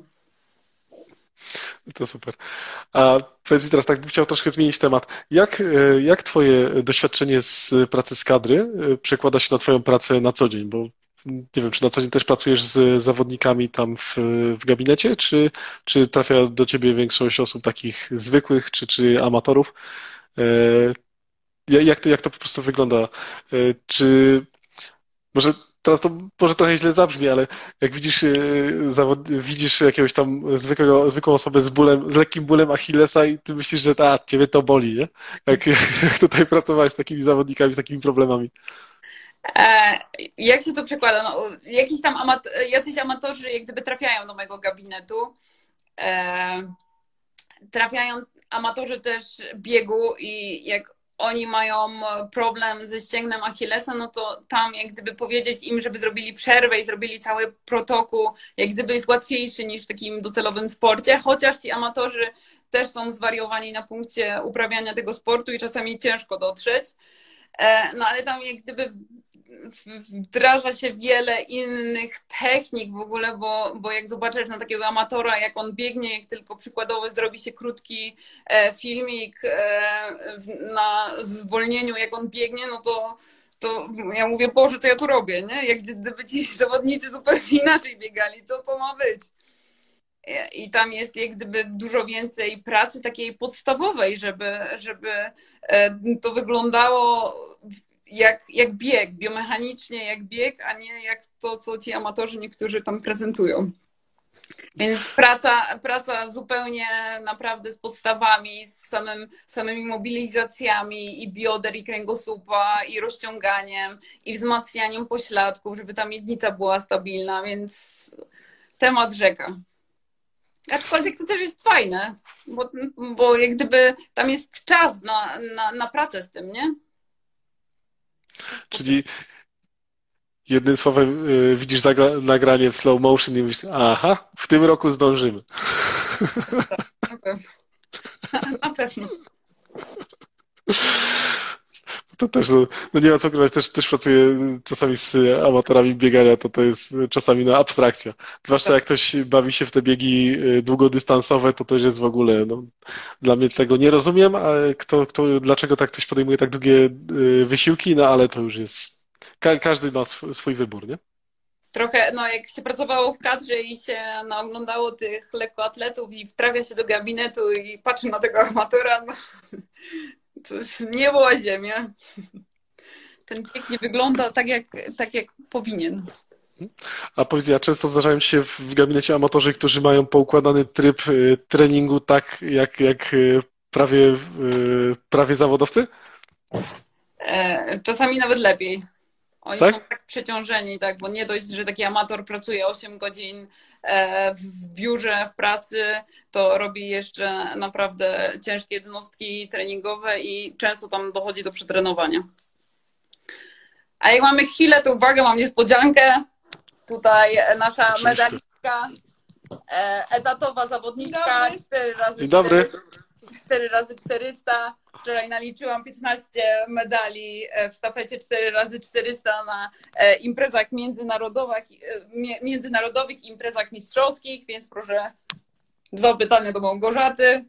To super. A powiedz mi teraz, tak bym chciał troszkę zmienić temat. Jak twoje doświadczenie z pracy z kadry przekłada się na twoją pracę na co dzień? Bo nie wiem, czy na co dzień też pracujesz z zawodnikami tam w gabinecie, czy trafia do ciebie większość osób takich zwykłych, czy amatorów? E, jak to po prostu wygląda? Czy może teraz to może trochę źle zabrzmi, ale jak widzisz, widzisz jakiegoś tam zwykłą osobę z bólem, z lekkim bólem Achillesa i ty myślisz, że ciebie to boli, nie? Jak tutaj pracowałeś z takimi zawodnikami, z takimi problemami. E, Jak się to przekłada? No, jacyś amatorzy jak gdyby trafiają do mojego gabinetu. E, Trafiają amatorzy też biegu i jak oni mają problem ze ścięgnem Achillesa, no to tam jak gdyby powiedzieć im, żeby zrobili przerwę i zrobili cały protokół, jak gdyby jest łatwiejszy niż w takim docelowym sporcie, chociaż ci amatorzy też są zwariowani na punkcie uprawiania tego sportu i czasami ciężko dotrzeć. No ale tam jak gdyby wdraża się wiele innych technik w ogóle, bo jak zobaczysz na takiego amatora, jak on biegnie, jak tylko przykładowo zrobi się krótki filmik na zwolnieniu, jak on biegnie, no to ja mówię, Boże, co ja tu robię, nie? Jak gdyby ci zawodnicy zupełnie inaczej biegali, co to ma być? I tam jest jak gdyby dużo więcej pracy takiej podstawowej, żeby to wyglądało jak bieg, biomechanicznie jak bieg, a nie jak to, co ci amatorzy niektórzy tam prezentują. Więc praca zupełnie naprawdę z podstawami, z samymi mobilizacjami i bioder, i kręgosłupa, i rozciąganiem, i wzmacnianiem pośladków, żeby ta miednica była stabilna, więc temat rzeka. Aczkolwiek to też jest fajne, bo jak gdyby tam jest czas na pracę z tym, nie? Czyli jednym słowem widzisz nagranie w slow motion i myślisz, aha, w tym roku zdążymy. Na pewno. Na pewno. To też, no nie ma co ukrywać, też pracuję czasami z amatorami biegania, to jest czasami abstrakcja. Zwłaszcza jak ktoś bawi się w te biegi długodystansowe, to też jest w ogóle, no, dla mnie tego nie rozumiem, ale dlaczego tak ktoś podejmuje tak długie wysiłki, no ale to już jest, każdy ma swój wybór, nie? Trochę, no jak się pracowało w kadrze i się oglądało tych lekkoatletów i wtrafia się do gabinetu i patrzy na tego amatora, no to jest niebo a ziemia. Ten bieg nie wygląda tak jak powinien. A powiedz, ja często zdarzają się w gabinecie amatorzy, którzy mają poukładany tryb treningu tak jak prawie zawodowcy? Czasami nawet lepiej. Oni są Tak? tak przeciążeni, tak, bo nie dość, że taki amator pracuje 8 godzin w biurze, w pracy, to robi jeszcze naprawdę ciężkie jednostki treningowe i często tam dochodzi do przetrenowania. A jak mamy chwilę, to uwaga, mam niespodziankę. Tutaj nasza Oczywiście. medalistka, etatowa zawodniczka, 4 razy Dzień dobry. 4 razy 400. Wczoraj naliczyłam 15 medali w sztafecie 4 razy 400 na imprezach międzynarodowych, imprezach mistrzowskich, więc proszę, 2 pytania do Małgorzaty.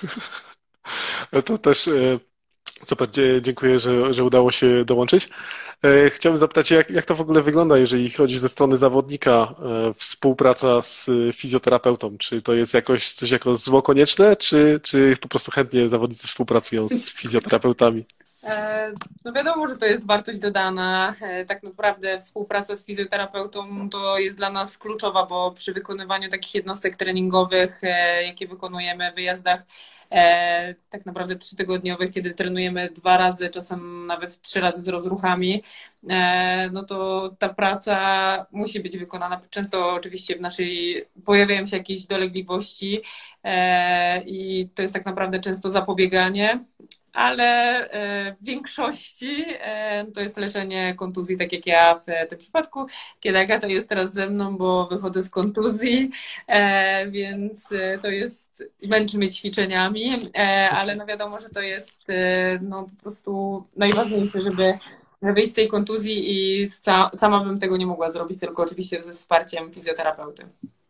To też super, dziękuję, że udało się dołączyć. Chciałbym zapytać, jak to w ogóle wygląda, jeżeli chodzi ze strony zawodnika, współpraca z fizjoterapeutą? Czy to jest jakoś coś jako zło konieczne, czy po prostu chętnie zawodnicy współpracują z fizjoterapeutami? No wiadomo, że to jest wartość dodana. Tak naprawdę współpraca z fizjoterapeutą to jest dla nas kluczowa, bo przy wykonywaniu takich jednostek treningowych, jakie wykonujemy w wyjazdach, tak naprawdę 3-tygodniowych, kiedy trenujemy 2 razy, czasem nawet 3 razy z rozruchami, no to ta praca musi być wykonana. Często oczywiście pojawiają się jakieś dolegliwości i to jest tak naprawdę często zapobieganie, ale w większości to jest leczenie kontuzji, tak jak ja w tym przypadku, kiedy Agata jest teraz ze mną, bo wychodzę z kontuzji, więc to jest, męczy mnie ćwiczeniami, ale no wiadomo, że to jest no po prostu najważniejsze, żeby wyjść z tej kontuzji i sama bym tego nie mogła zrobić, tylko oczywiście ze wsparciem fizjoterapeuty.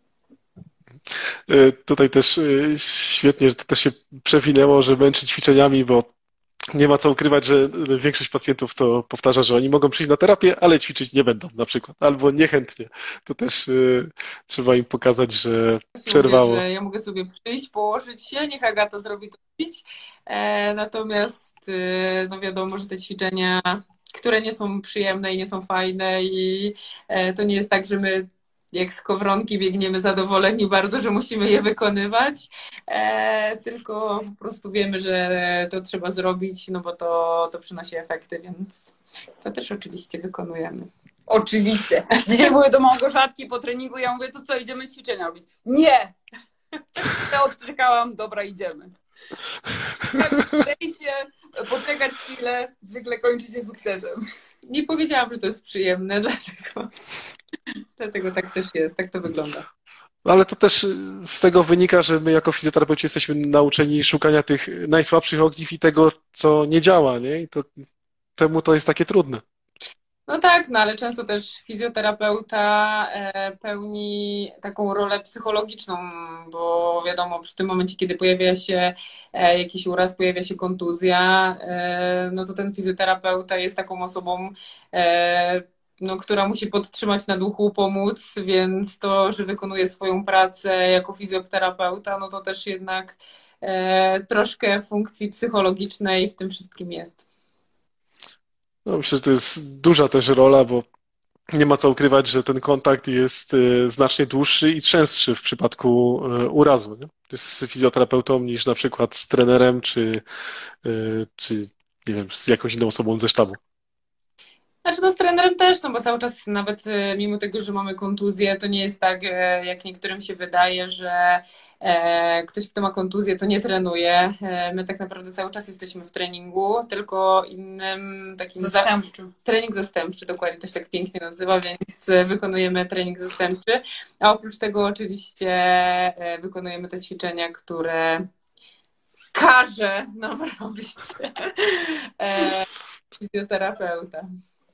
Tutaj też świetnie, że to też się przewinęło, że męczy ćwiczeniami, bo nie ma co ukrywać, że większość pacjentów to powtarza, że oni mogą przyjść na terapię, ale ćwiczyć nie będą na przykład, albo niechętnie. To też trzeba im pokazać, że przerwało. Mówię, że ja mogę sobie przyjść, położyć się, niech Agata zrobi to pić. Natomiast no wiadomo, że te ćwiczenia, które nie są przyjemne i nie są fajne i to nie jest tak, że my jak skowronki biegniemy zadowoleni bardzo, że musimy je wykonywać, tylko po prostu wiemy, że to trzeba zrobić, no bo to przynosi efekty, więc to też oczywiście wykonujemy. Oczywiście. Dzisiaj były do Małgorzatki po treningu, ja mówię, to co, idziemy ćwiczenia robić? Nie! Ja odczekałam, dobra, idziemy. Podejście, poczekać chwilę, zwykle kończy się sukcesem. Nie powiedziałam, że to jest przyjemne, dlatego tak też jest, tak to wygląda. No ale to też z tego wynika, że my jako fizjoterapeuci jesteśmy nauczeni szukania tych najsłabszych ogniw i tego, co nie działa, nie? I temu to jest takie trudne. No tak, no ale często też fizjoterapeuta pełni taką rolę psychologiczną, bo wiadomo, przy tym momencie, kiedy pojawia się jakiś uraz, pojawia się kontuzja, no to ten fizjoterapeuta jest taką osobą, no, która musi podtrzymać na duchu, pomóc, więc to, że wykonuje swoją pracę jako fizjoterapeuta, no to też jednak troszkę funkcji psychologicznej w tym wszystkim jest. No, myślę, że to jest duża też rola, bo nie ma co ukrywać, że ten kontakt jest znacznie dłuższy i częstszy w przypadku urazu, nie? Z fizjoterapeutą niż na przykład z trenerem, czy nie wiem, z jakąś inną osobą ze sztabu. Znaczy no z trenerem też, no bo cały czas nawet mimo tego, że mamy kontuzję, to nie jest tak, jak niektórym się wydaje, że ktoś, kto ma kontuzję, to nie trenuje. My tak naprawdę cały czas jesteśmy w treningu, tylko innym takim... Zastępczy. Trening zastępczy, dokładnie, to się tak pięknie nazywa, więc wykonujemy trening zastępczy. A oprócz tego oczywiście wykonujemy te ćwiczenia, które każe nam robić fizjoterapeuta.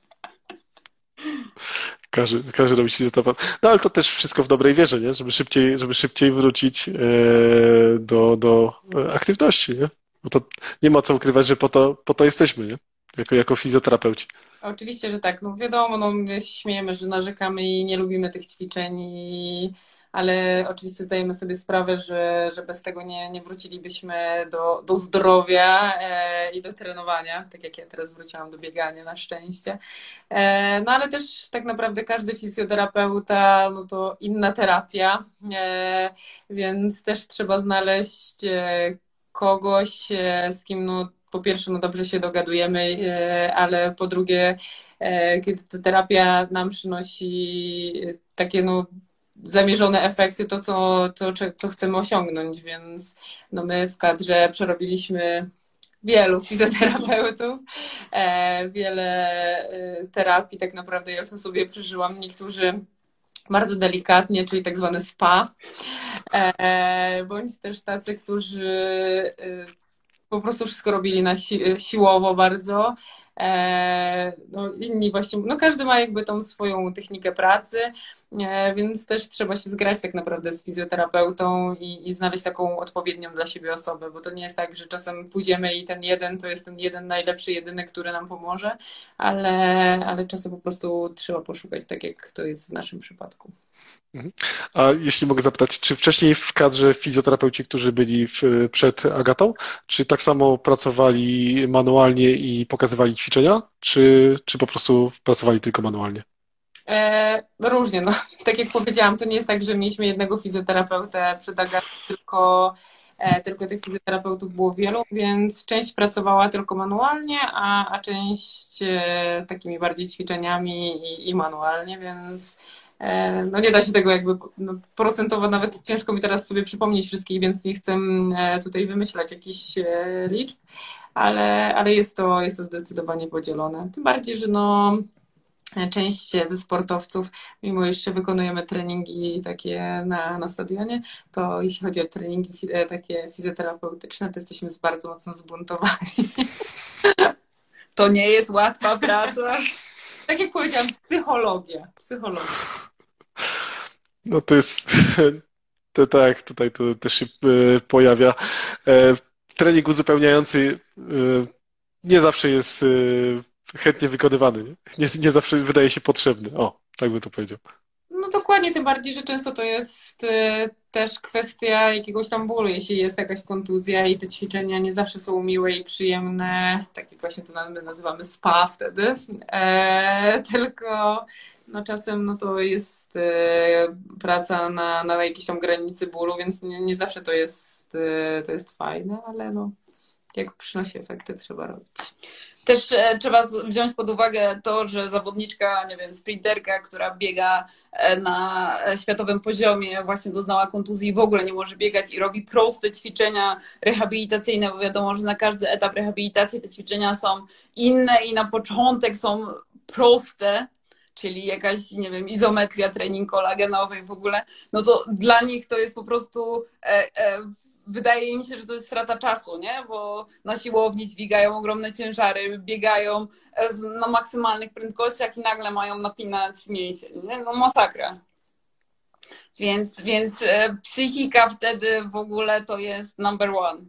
Każdy robi fizjoterapeutę. No ale to też wszystko w dobrej wierze, nie? Żeby szybciej wrócić do aktywności, nie? Bo to nie ma co ukrywać, że po to jesteśmy, nie? Jako fizjoterapeuci. Oczywiście, że tak. No wiadomo, no, my się śmiejemy, że narzekamy i nie lubimy tych ćwiczeń, ale oczywiście zdajemy sobie sprawę, że bez tego nie wrócilibyśmy do zdrowia i do trenowania, tak jak ja teraz wróciłam do biegania na szczęście. No ale też tak naprawdę każdy fizjoterapeuta, no to inna terapia, więc też trzeba znaleźć kogoś, z kim no, po pierwsze, no dobrze się dogadujemy, ale po drugie, kiedy ta terapia nam przynosi takie no, zamierzone efekty, to co chcemy osiągnąć, więc no my w kadrze przerobiliśmy wielu fizjoterapeutów, wiele terapii tak naprawdę ja już sobie przeżyłam. Niektórzy bardzo delikatnie, czyli tak zwane spa, bądź też tacy, którzy po prostu wszystko robili na siłowo bardzo. No, inni właśnie, no każdy ma jakby tą swoją technikę pracy, więc też trzeba się zgrać tak naprawdę z fizjoterapeutą i znaleźć taką odpowiednią dla siebie osobę, bo to nie jest tak, że czasem pójdziemy i ten jeden to jest ten jeden najlepszy, jedyny, który nam pomoże, ale czasem po prostu trzeba poszukać, tak jak to jest w naszym przypadku. A jeśli mogę zapytać, czy wcześniej w kadrze fizjoterapeuci, którzy byli przed Agatą, czy tak samo pracowali manualnie i pokazywali ćwiczenia, czy po prostu pracowali tylko manualnie? Różnie, no. Tak jak powiedziałam, to nie jest tak, że mieliśmy jednego fizjoterapeutę przed Agatą, tylko tych fizjoterapeutów było wielu, więc część pracowała tylko manualnie, a część takimi bardziej ćwiczeniami i manualnie, więc no nie da się tego jakby no, procentowo, nawet ciężko mi teraz sobie przypomnieć wszystkich, więc nie chcę tutaj wymyślać jakichś liczb, ale jest to zdecydowanie podzielone. Tym bardziej, że no część ze sportowców, mimo jeszcze wykonujemy treningi takie na stadionie, to jeśli chodzi o treningi takie fizjoterapeutyczne, to jesteśmy bardzo mocno zbuntowani. To nie jest łatwa praca. Tak jak powiedziałam, psychologia. No to jest, tak, tutaj to też się pojawia. Trening uzupełniający nie zawsze jest chętnie wykonywany, nie zawsze wydaje się potrzebny. O, tak bym to powiedział. No No dokładnie, tym bardziej, że często to jest też kwestia jakiegoś tam bólu, jeśli jest jakaś kontuzja i te ćwiczenia nie zawsze są miłe i przyjemne, tak jak właśnie to my nazywamy spa wtedy, tylko no czasem no to jest praca na jakiejś tam granicy bólu, więc nie zawsze to jest fajne, ale no jak przynosi efekty, trzeba robić. Też trzeba wziąć pod uwagę to, że zawodniczka, nie wiem, sprinterka, która biega na światowym poziomie, właśnie doznała kontuzji i w ogóle nie może biegać i robi proste ćwiczenia rehabilitacyjne, bo wiadomo, że na każdy etap rehabilitacji te ćwiczenia są inne i na początek są proste, czyli jakaś, nie wiem, izometria, trening kolagenowy w ogóle, no to dla nich to jest po prostu wydaje im się, że to jest strata czasu, nie? Bo na siłowni dźwigają ogromne ciężary, biegają na maksymalnych prędkościach i nagle mają napinać mięśnie, nie? No masakra. Więc psychika wtedy w ogóle to jest number one.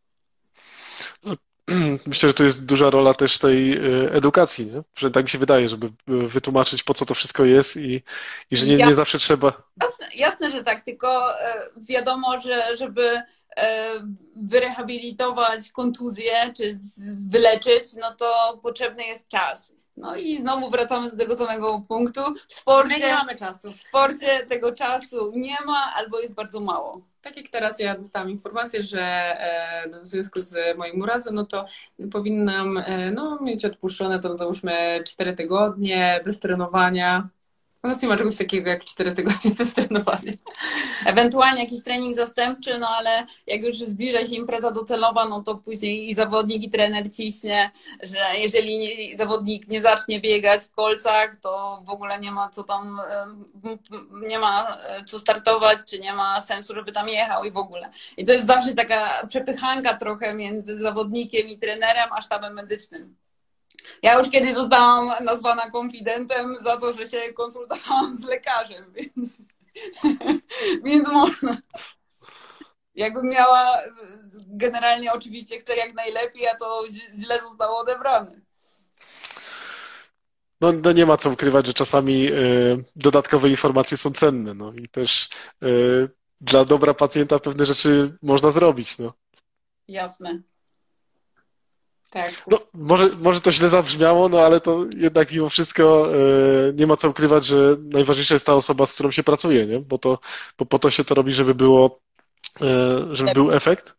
Myślę, że to jest duża rola też tej edukacji, nie? Że tak mi się wydaje, żeby wytłumaczyć, po co to wszystko jest i że nie zawsze trzeba. Jasne, że tak, tylko wiadomo, że żeby wyrehabilitować kontuzję czy wyleczyć, no to potrzebny jest czas. No i znowu wracamy do tego samego punktu. W sporcie nie mamy czasu. W sporcie tego czasu nie ma albo jest bardzo mało. Tak jak teraz ja dostałam informację, że w związku z moim urazem, no to powinnam mieć odpuszczone tam załóżmy 4 tygodnie bez trenowania. U nas nie ma czegoś takiego jak 4 tygodnie bez trenowania. Ewentualnie jakiś trening zastępczy, no ale jak już zbliża się impreza docelowa, no to później i zawodnik, i trener ciśnie, że jeżeli zawodnik nie zacznie biegać w kolcach, to w ogóle nie ma co tam, nie ma co startować, czy nie ma sensu, żeby tam jechał i w ogóle. I to jest zawsze taka przepychanka trochę między zawodnikiem i trenerem, a sztabem medycznym. Ja już kiedyś zostałam nazwana konfidentem za to, że się konsultowałam z lekarzem, więc można. Jakbym miała, generalnie oczywiście chcę jak najlepiej, a to źle zostało odebrane. No nie ma co ukrywać, że czasami dodatkowe informacje są cenne, no i też dla dobra pacjenta pewne rzeczy można zrobić, no. Jasne. Tak. No, może to źle zabrzmiało, no ale to jednak mimo wszystko nie ma co ukrywać, że najważniejsza jest ta osoba, z którą się pracuje, nie? Bo po to się to robi, żeby był efekt.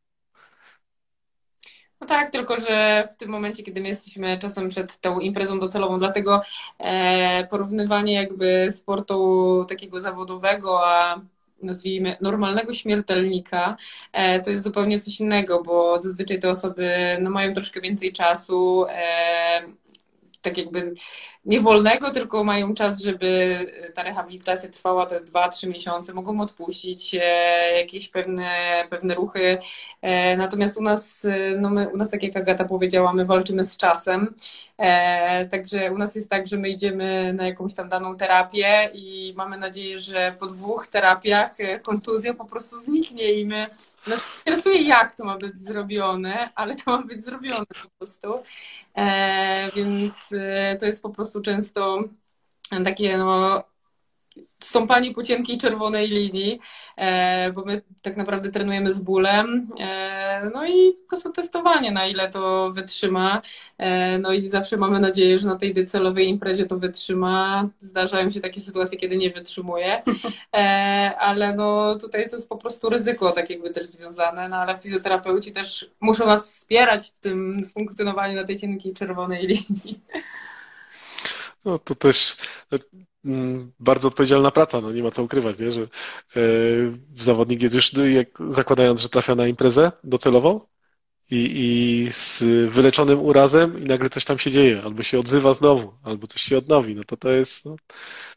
No tak, tylko że w tym momencie, kiedy my jesteśmy czasem przed tą imprezą docelową, dlatego porównywanie jakby sportu takiego zawodowego, a nazwijmy normalnego śmiertelnika, to jest zupełnie coś innego, bo zazwyczaj te osoby mają troszkę więcej czasu, tak jakby nie wolnego, tylko mają czas, żeby ta rehabilitacja trwała te 2-3 miesiące, mogą odpuścić jakieś pewne ruchy. Natomiast u nas, tak jak Agata powiedziała, my walczymy z czasem. Także u nas jest tak, że my idziemy na jakąś tam daną terapię i mamy nadzieję, że po 2 terapiach kontuzja po prostu zniknie i nas interesuje, jak to ma być zrobione, ale to ma być zrobione po prostu. Więc to jest po prostu często takie stąpanie po cienkiej czerwonej linii, bo my tak naprawdę trenujemy z bólem, no i po prostu testowanie, na ile to wytrzyma, no i zawsze mamy nadzieję, że na tej docelowej imprezie to wytrzyma. Zdarzają się takie sytuacje, kiedy nie wytrzymuje, ale no tutaj to jest po prostu ryzyko tak jakby też związane, no ale fizjoterapeuci też muszą nas wspierać w tym funkcjonowaniu na tej cienkiej czerwonej linii. No to też bardzo odpowiedzialna praca, no nie ma co ukrywać, nie? Że zawodnik jest już, zakładając, że trafia na imprezę docelową i z wyleczonym urazem i nagle coś tam się dzieje, albo się odzywa znowu, albo coś się odnowi, no to jest... No...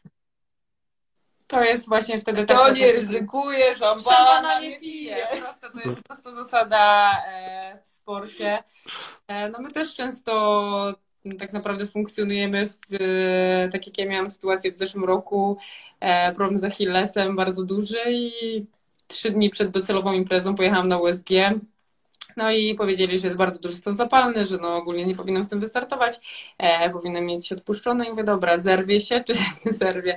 To jest właśnie wtedy Kto nie ryzykuje, szampana nie pije. To jest prosta zasada w sporcie. No my też często tak naprawdę funkcjonujemy tak jak ja miałam sytuację w zeszłym roku, problem z Achillesem bardzo duży i 3 dni przed docelową imprezą pojechałam na USG. No i powiedzieli, że jest bardzo duży stan zapalny, że ogólnie nie powinnam z tym wystartować, powinnam mieć odpuszczone i mówię, dobra, zerwie się, czy nie zerwie.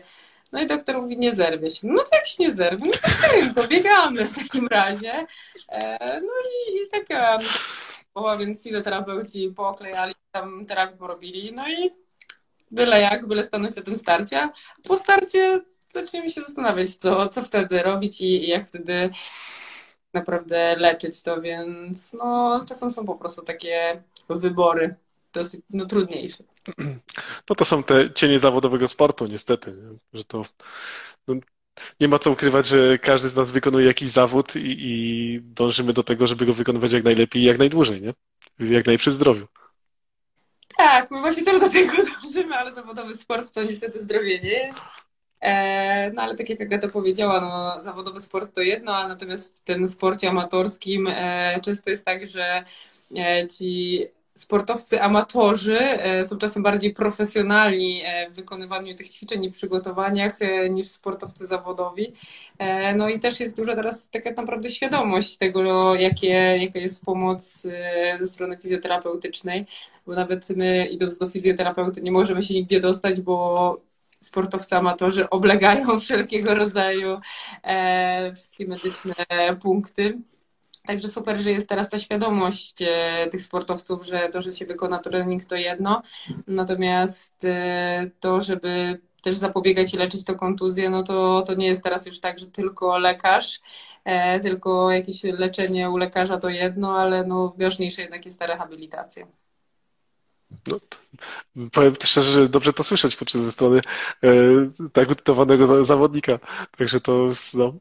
No i doktor mówi, nie zerwie się. No to jak się nie zerwie? No to okej, to biegamy w takim razie. No i taka była, więc fizjoterapeuci pooklejali, tam terapię porobili. No i byle stanąć na tym starcie. A po starcie zaczniemy się zastanawiać, co wtedy robić i jak wtedy naprawdę leczyć to, więc no z czasem są po prostu takie wybory dosyć trudniejsze. No to są te cienie zawodowego sportu, niestety, nie? Że to no, nie ma co ukrywać, że każdy z nas wykonuje jakiś zawód i dążymy do tego, żeby go wykonywać jak najlepiej i jak najdłużej, nie? W jak najlepszym zdrowiu. Tak, my właśnie też do tego dążymy, ale zawodowy sport to niestety zdrowie nie jest. No ale tak jak Agata powiedziała, no, zawodowy sport to jedno, a natomiast w tym sporcie amatorskim często jest tak, że ci sportowcy amatorzy są czasem bardziej profesjonalni w wykonywaniu tych ćwiczeń i przygotowaniach niż sportowcy zawodowi. No i też jest duża teraz taka naprawdę świadomość tego, jaka jest pomoc ze strony fizjoterapeutycznej, bo nawet my idąc do fizjoterapeuty nie możemy się nigdzie dostać, bo sportowcy amatorzy oblegają wszelkiego rodzaju wszystkie medyczne punkty. Także super, że jest teraz ta świadomość tych sportowców, że to, że się wykona trening, to jedno. Natomiast to, żeby też zapobiegać i leczyć to kontuzję, no to nie jest teraz już tak, że tylko lekarz, tylko jakieś leczenie u lekarza to jedno, ale no ważniejsza jednak jest ta rehabilitacja. No, powiem też szczerze, że dobrze to słyszeć, kurczę, ze strony tak utytułowanego zawodnika. Także to jest, no,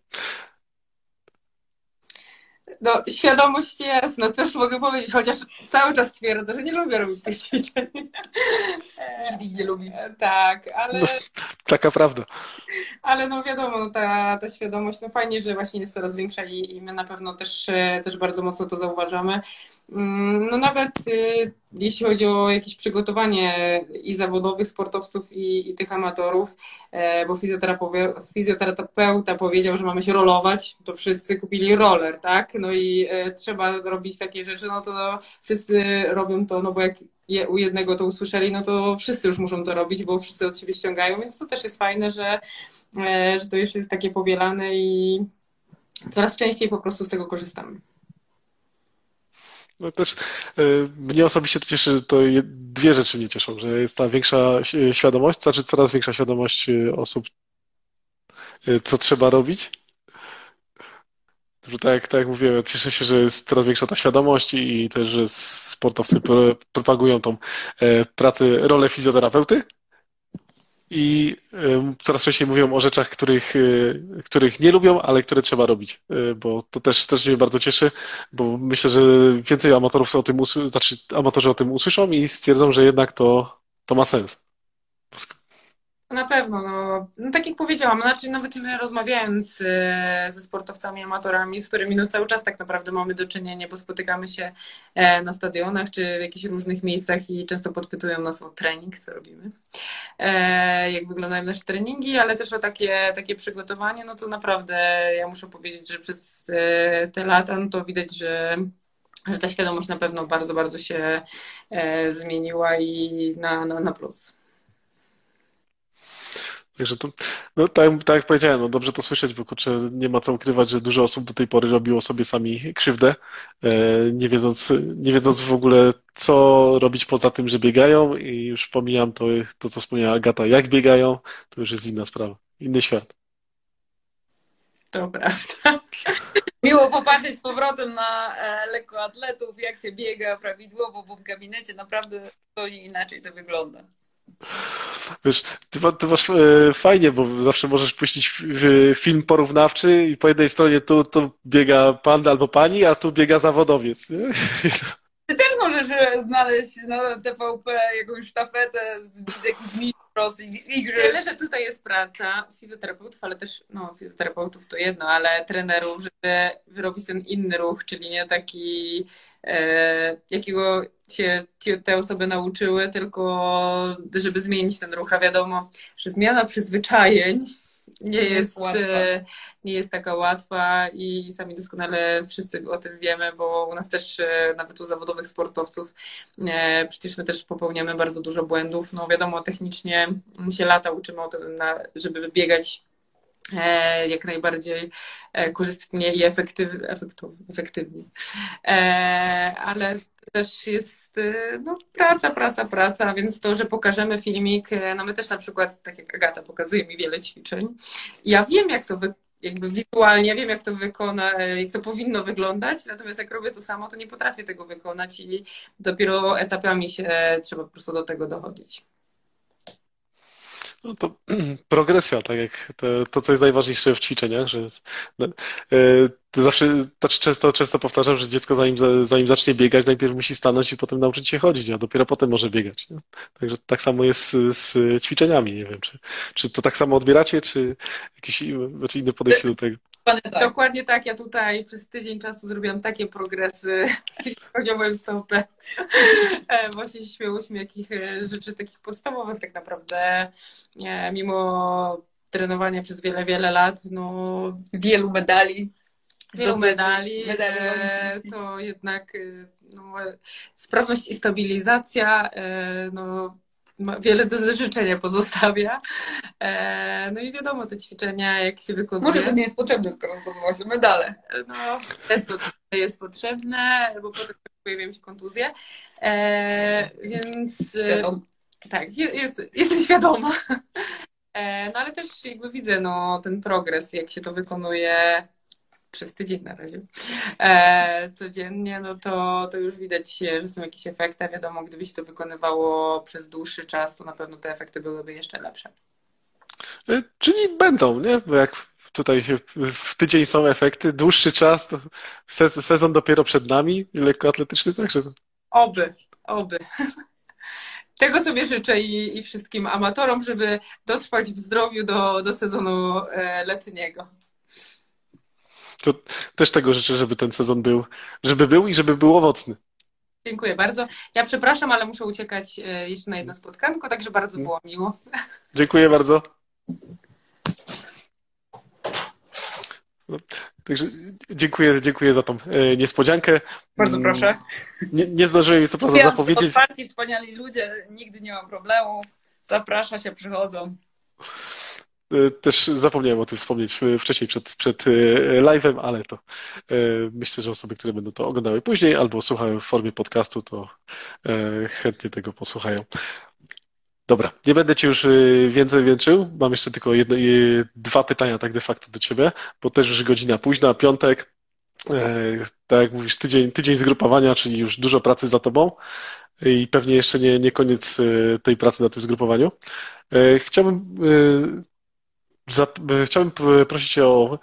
No, świadomość jest, no cóż mogę powiedzieć, chociaż cały czas twierdzę, że nie lubię robić tych ćwiczeń. Nikt ich nie lubi. Tak, no, taka prawda. ale no wiadomo, no ta świadomość, no fajnie, że właśnie jest coraz większa i my na pewno też bardzo mocno to zauważamy. No nawet jeśli chodzi o jakieś przygotowanie i zawodowych sportowców i tych amatorów, bo fizjoterapeuta powiedział, że mamy się rolować, to wszyscy kupili roller, tak? No i trzeba robić takie rzeczy, no to wszyscy robią to, no bo jak u jednego to usłyszeli, no to wszyscy już muszą to robić, bo wszyscy od siebie ściągają, więc to też jest fajne, że to już jest takie powielane i coraz częściej po prostu z tego korzystamy. No też mnie osobiście to cieszy, dwie rzeczy mnie cieszą, że jest ta większa świadomość, znaczy coraz większa świadomość osób, co trzeba robić. Że tak jak mówiłem, cieszę się, że jest coraz większa ta świadomość i też, że sportowcy propagują tą pracę, rolę fizjoterapeuty i coraz częściej mówią o rzeczach, których nie lubią, ale które trzeba robić, bo to też mnie bardzo cieszy, bo myślę, że więcej amatorów o tym znaczy amatorzy o tym usłyszą i stwierdzą, że jednak to ma sens. Na pewno, no tak jak powiedziałam, znaczy nawet my rozmawiając ze sportowcami, amatorami, z którymi no cały czas tak naprawdę mamy do czynienia, bo spotykamy się na stadionach czy w jakichś różnych miejscach i często podpytują nas o trening, co robimy, jak wyglądają nasze treningi, ale też o takie przygotowanie, no to naprawdę ja muszę powiedzieć, że przez te lata no to widać, że ta świadomość na pewno bardzo, bardzo się zmieniła i na plus. Także to, no tak jak powiedziałem, no dobrze to słyszeć, bo kurczę, nie ma co ukrywać, że dużo osób do tej pory robiło sobie sami krzywdę, nie wiedząc w ogóle, co robić poza tym, że biegają i już pomijam to co wspomniała Agata, jak biegają, to już jest inna sprawa, inny świat. To prawda. Miło popatrzeć z powrotem na lekkoatletów, jak się biega prawidłowo, bo w gabinecie naprawdę zupełnie inaczej to wygląda. Wiesz, ty masz fajnie, bo zawsze możesz puścić film porównawczy i po jednej stronie tu biega pan albo pani, a tu biega zawodowiec. Nie? Ty też możesz znaleźć na TVP jakąś sztafetę z jakichś mistrzostw igrzysk. Tyle, że tutaj jest praca fizjoterapeutów, ale też, no fizjoterapeutów to jedno, ale trenerów, żeby wyrobić ten inny ruch, czyli nie taki, jakiego się te osoby nauczyły, tylko żeby zmienić ten ruch, a wiadomo, że zmiana przyzwyczajeń nie jest jest, łatwa. nie jest taka łatwa i sami doskonale wszyscy o tym wiemy, bo u nas też, nawet u zawodowych sportowców, przecież my też popełniamy bardzo dużo błędów. No wiadomo, technicznie się lata uczymy o tym, żeby biegać jak najbardziej korzystnie i efektywnie. Ale też jest no, praca, więc to, że pokażemy filmik, no my też na przykład, tak jak Agata pokazuje mi wiele ćwiczeń, ja wiem jak to jakby wizualnie, wiem jak to jak to powinno wyglądać, natomiast jak robię to samo, to nie potrafię tego wykonać i dopiero etapami się trzeba po prostu do tego dochodzić. No to progresja, tak jak to, co jest najważniejsze w ćwiczeniach, że no, to zawsze często powtarzam, że dziecko zanim zacznie biegać, najpierw musi stanąć i potem nauczyć się chodzić, a dopiero potem może biegać. Nie? Także tak samo jest z ćwiczeniami. Nie wiem, czy to tak samo odbieracie, czy jakieś znaczy inne podejście do tego? Tak. Dokładnie tak. Ja tutaj przez tydzień czasu zrobiłam takie progresy, jeśli chodzi o moją stopę. Właśnie się śmiałyśmy jakich rzeczy takich podstawowych tak naprawdę. Mimo trenowania przez wiele lat, no Wielu medali. wielu medali, Medali olimpijskich. to jednak no, sprawność i stabilizacja no, wiele do życzenia pozostawia. No i wiadomo, te ćwiczenia, jak się wykonuje. Może to nie jest potrzebne, skoro zdobyła się medale. No, jest potrzebne, bo potem pojawiają się kontuzje. Więc Świadom. tak, jestem świadoma. No ale też jakby widzę no, ten progres, jak się to wykonuje przez tydzień na razie codziennie, no to już widać, że są jakieś efekty. Wiadomo, gdyby się to wykonywało przez dłuższy czas, to na pewno te efekty byłyby jeszcze lepsze. Czyli będą, nie? Bo jak tutaj w tydzień są efekty, dłuższy czas, to sezon dopiero przed nami, lekkoatletyczny także. Oby. Tego sobie życzę i wszystkim amatorom, żeby dotrwać w zdrowiu do sezonu letniego. To też tego życzę, żeby ten sezon był i żeby był owocny. Dziękuję bardzo. Ja przepraszam, ale muszę uciekać jeszcze na jedno spotkanko, także bardzo było miło. Dziękuję bardzo. No, także dziękuję za tą niespodziankę. Bardzo proszę. Nie zdążyłem jej co prawda zapowiedzieć. Otwarci, wspaniali ludzie, nigdy nie ma problemu. Zaprasza się, przychodzą. Też zapomniałem o tym wspomnieć wcześniej przed live'em, ale to myślę, że osoby, które będą to oglądały później albo słuchają w formie podcastu, to chętnie tego posłuchają. Dobra, nie będę Cię już więcej wieńczył. Mam jeszcze tylko dwa pytania tak de facto do Ciebie, bo też już godzina późna, piątek. Tak jak mówisz, tydzień zgrupowania, czyli już dużo pracy za Tobą i pewnie jeszcze nie koniec tej pracy na tym zgrupowaniu. Chciałbym prosić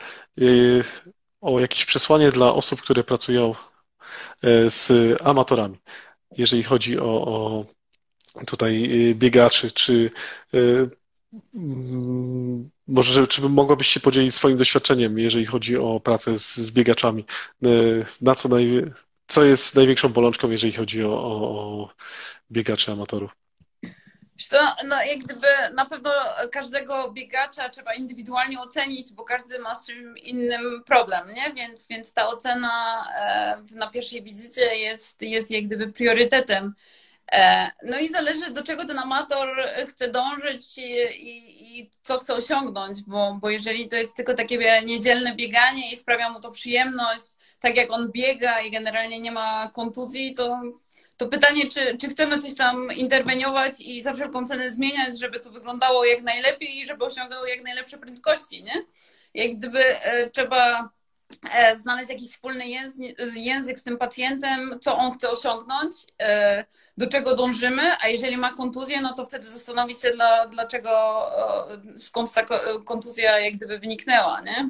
o jakieś przesłanie dla osób, które pracują z amatorami, jeżeli chodzi o tutaj biegaczy, może czy mogłabyś się podzielić swoim doświadczeniem, jeżeli chodzi o pracę z biegaczami? Co jest największą bolączką, jeżeli chodzi o biegaczy amatorów? Wiesz co, no jak gdyby na pewno każdego biegacza trzeba indywidualnie ocenić, bo każdy ma z czym innym problem, nie? Więc ta ocena na pierwszej wizycie jest jak gdyby priorytetem. No i zależy, do czego ten amator chce dążyć i co chce osiągnąć, bo jeżeli to jest tylko takie niedzielne bieganie i sprawia mu to przyjemność, tak jak on biega i generalnie nie ma kontuzji, to pytanie, czy chcemy coś tam interweniować i za wszelką cenę zmieniać, żeby to wyglądało jak najlepiej i żeby osiągnęło jak najlepsze prędkości, nie? Jak gdyby trzeba znaleźć jakiś wspólny język z tym pacjentem, co on chce osiągnąć, do czego dążymy, a jeżeli ma kontuzję, no to wtedy zastanowić się, dlaczego, skąd ta kontuzja jak gdyby wyniknęła, nie?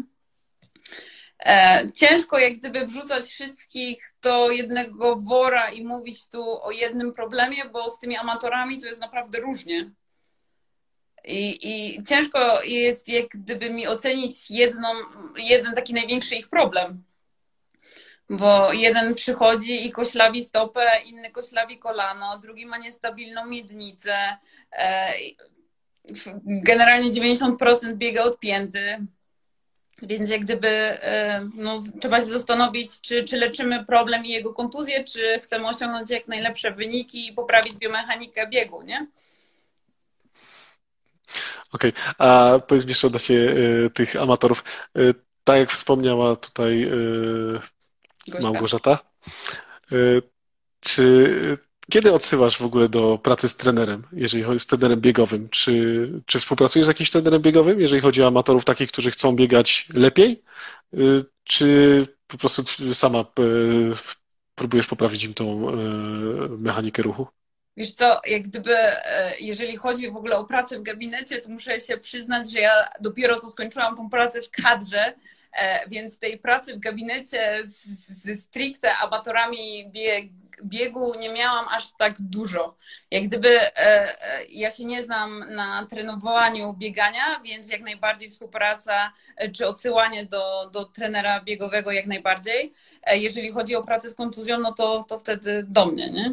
Ciężko jak gdyby wrzucać wszystkich do jednego wora i mówić tu o jednym problemie, bo z tymi amatorami to jest naprawdę różnie. I ciężko jest jak gdyby mi ocenić jeden taki największy ich problem. Bo jeden przychodzi i koślawi stopę, inny koślawi kolano, drugi ma niestabilną miednicę. generalnie 90% biega odpięty. Więc jak gdyby no, trzeba się zastanowić, czy leczymy problem i jego kontuzję, czy chcemy osiągnąć jak najlepsze wyniki i poprawić biomechanikę biegu, nie? Okej, a powiedz mi jeszcze odnośnie tych amatorów. Tak jak wspomniała tutaj Gośka. Małgorzata, y, czy kiedy odsyłasz w ogóle do pracy z trenerem, jeżeli chodzi z trenerem biegowym? Czy współpracujesz z jakimś trenerem biegowym, jeżeli chodzi o amatorów takich, którzy chcą biegać lepiej? Czy po prostu sama próbujesz poprawić im tą mechanikę ruchu? Wiesz co, jak gdyby, jeżeli chodzi w ogóle o pracę w gabinecie, to muszę się przyznać, że ja dopiero co skończyłam tą pracę w kadrze, więc tej pracy w gabinecie ze stricte amatorami biegu nie miałam aż tak dużo. Jak gdyby ja się nie znam na trenowaniu biegania, więc jak najbardziej współpraca czy odsyłanie do trenera biegowego jak najbardziej. Jeżeli chodzi o pracę z kontuzją, no to wtedy do mnie, nie?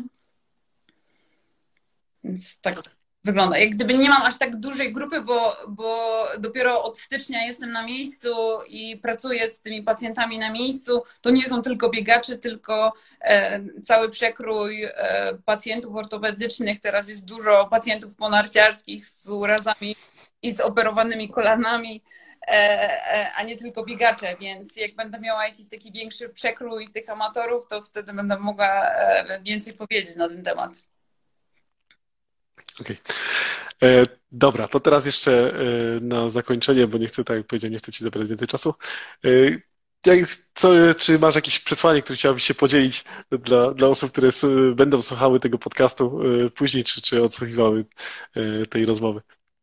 Więc tak wygląda. Jak gdyby nie mam aż tak dużej grupy, bo dopiero od stycznia jestem na miejscu i pracuję z tymi pacjentami na miejscu. To nie są tylko biegacze, tylko cały przekrój pacjentów ortopedycznych. Teraz jest dużo pacjentów ponarciarskich z urazami i z operowanymi kolanami, a nie tylko biegacze, więc jak będę miała jakiś taki większy przekrój tych amatorów, to wtedy będę mogła więcej powiedzieć na ten temat. Okej. Dobra, to teraz jeszcze na zakończenie, bo nie chcę, tak jak powiedziałem, nie chcę Ci zabierać więcej czasu. Czy masz jakieś przesłanie, które chciałabyś się podzielić dla osób, które będą słuchały tego podcastu później, czy odsłuchiwały tej rozmowy?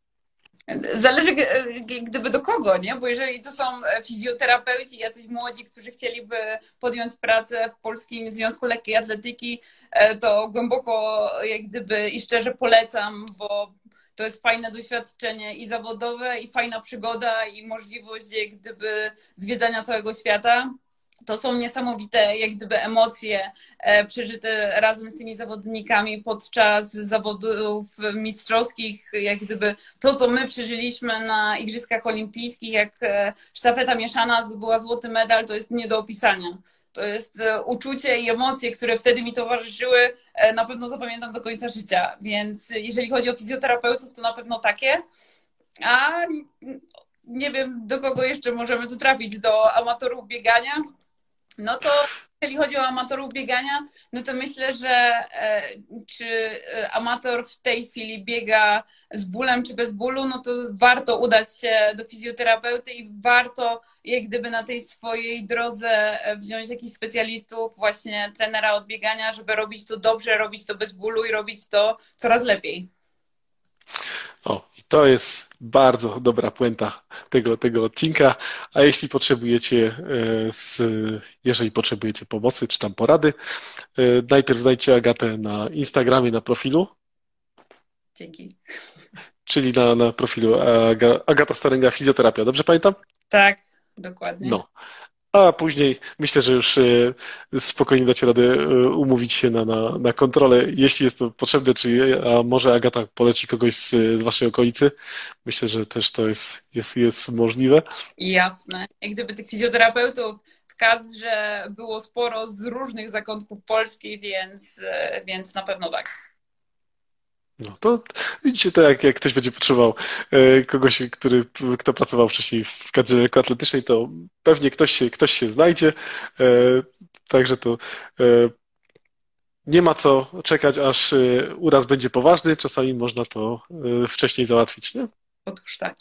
Zależy gdyby do kogo, nie? Bo jeżeli to są fizjoterapeuci, jacyś młodzi, którzy chcieliby podjąć pracę w Polskim Związku Lekkiej Atletyki, to głęboko jak gdyby i szczerze polecam, bo to jest fajne doświadczenie i zawodowe, i fajna przygoda, i możliwość jak gdyby zwiedzania całego świata. To są niesamowite jak gdyby emocje przeżyte razem z tymi zawodnikami podczas zawodów mistrzowskich, jak gdyby to, co my przeżyliśmy na Igrzyskach Olimpijskich, jak sztafeta mieszana zdobyła złoty medal, to jest nie do opisania. To jest uczucie i emocje, które wtedy mi towarzyszyły, na pewno zapamiętam do końca życia. Więc jeżeli chodzi o fizjoterapeutów, to na pewno takie. A nie wiem, do kogo jeszcze możemy tu trafić, do amatorów biegania. No to jeżeli chodzi o amatorów biegania, no to myślę, że czy amator w tej chwili biega z bólem czy bez bólu, no to warto udać się do fizjoterapeuty i warto jak gdyby na tej swojej drodze wziąć jakichś specjalistów, właśnie trenera od biegania, żeby robić to dobrze, robić to bez bólu i robić to coraz lepiej. O, i to jest bardzo dobra puenta tego odcinka. A jeśli potrzebujecie, jeżeli potrzebujecie pomocy czy tam porady, najpierw znajdźcie Agatę na Instagramie, na profilu, Dzięki. czyli na profilu Agata Staręga Fizjoterapia. Dobrze pamiętam? Tak, dokładnie. No. A później myślę, że już spokojnie dacie radę umówić się na kontrolę, jeśli jest to potrzebne, a może Agata poleci kogoś z waszej okolicy. Myślę, że też to jest możliwe. Jasne. Jak gdyby tych fizjoterapeutów w kadrze było sporo z różnych zakątków Polski, więc na pewno tak. No to widzicie, tak jak ktoś będzie potrzebował kogoś, kto pracował wcześniej w kadrze lekkoatletycznej, to pewnie ktoś się znajdzie. Także to nie ma co czekać, aż uraz będzie poważny. Czasami można to wcześniej załatwić, nie? Otóż tak.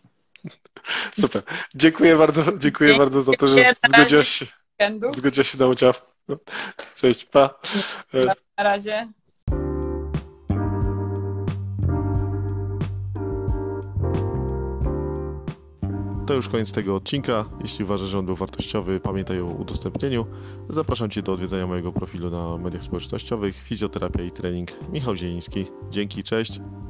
Super. Dziękuję bardzo za to, że zgodziłaś się na udział. No. Cześć, pa. Na razie. To już koniec tego odcinka. Jeśli uważasz, że on był wartościowy, pamiętaj o udostępnieniu. Zapraszam Cię do odwiedzenia mojego profilu na mediach społecznościowych Fizjoterapia i Trening Michał Zieliński. Dzięki, cześć.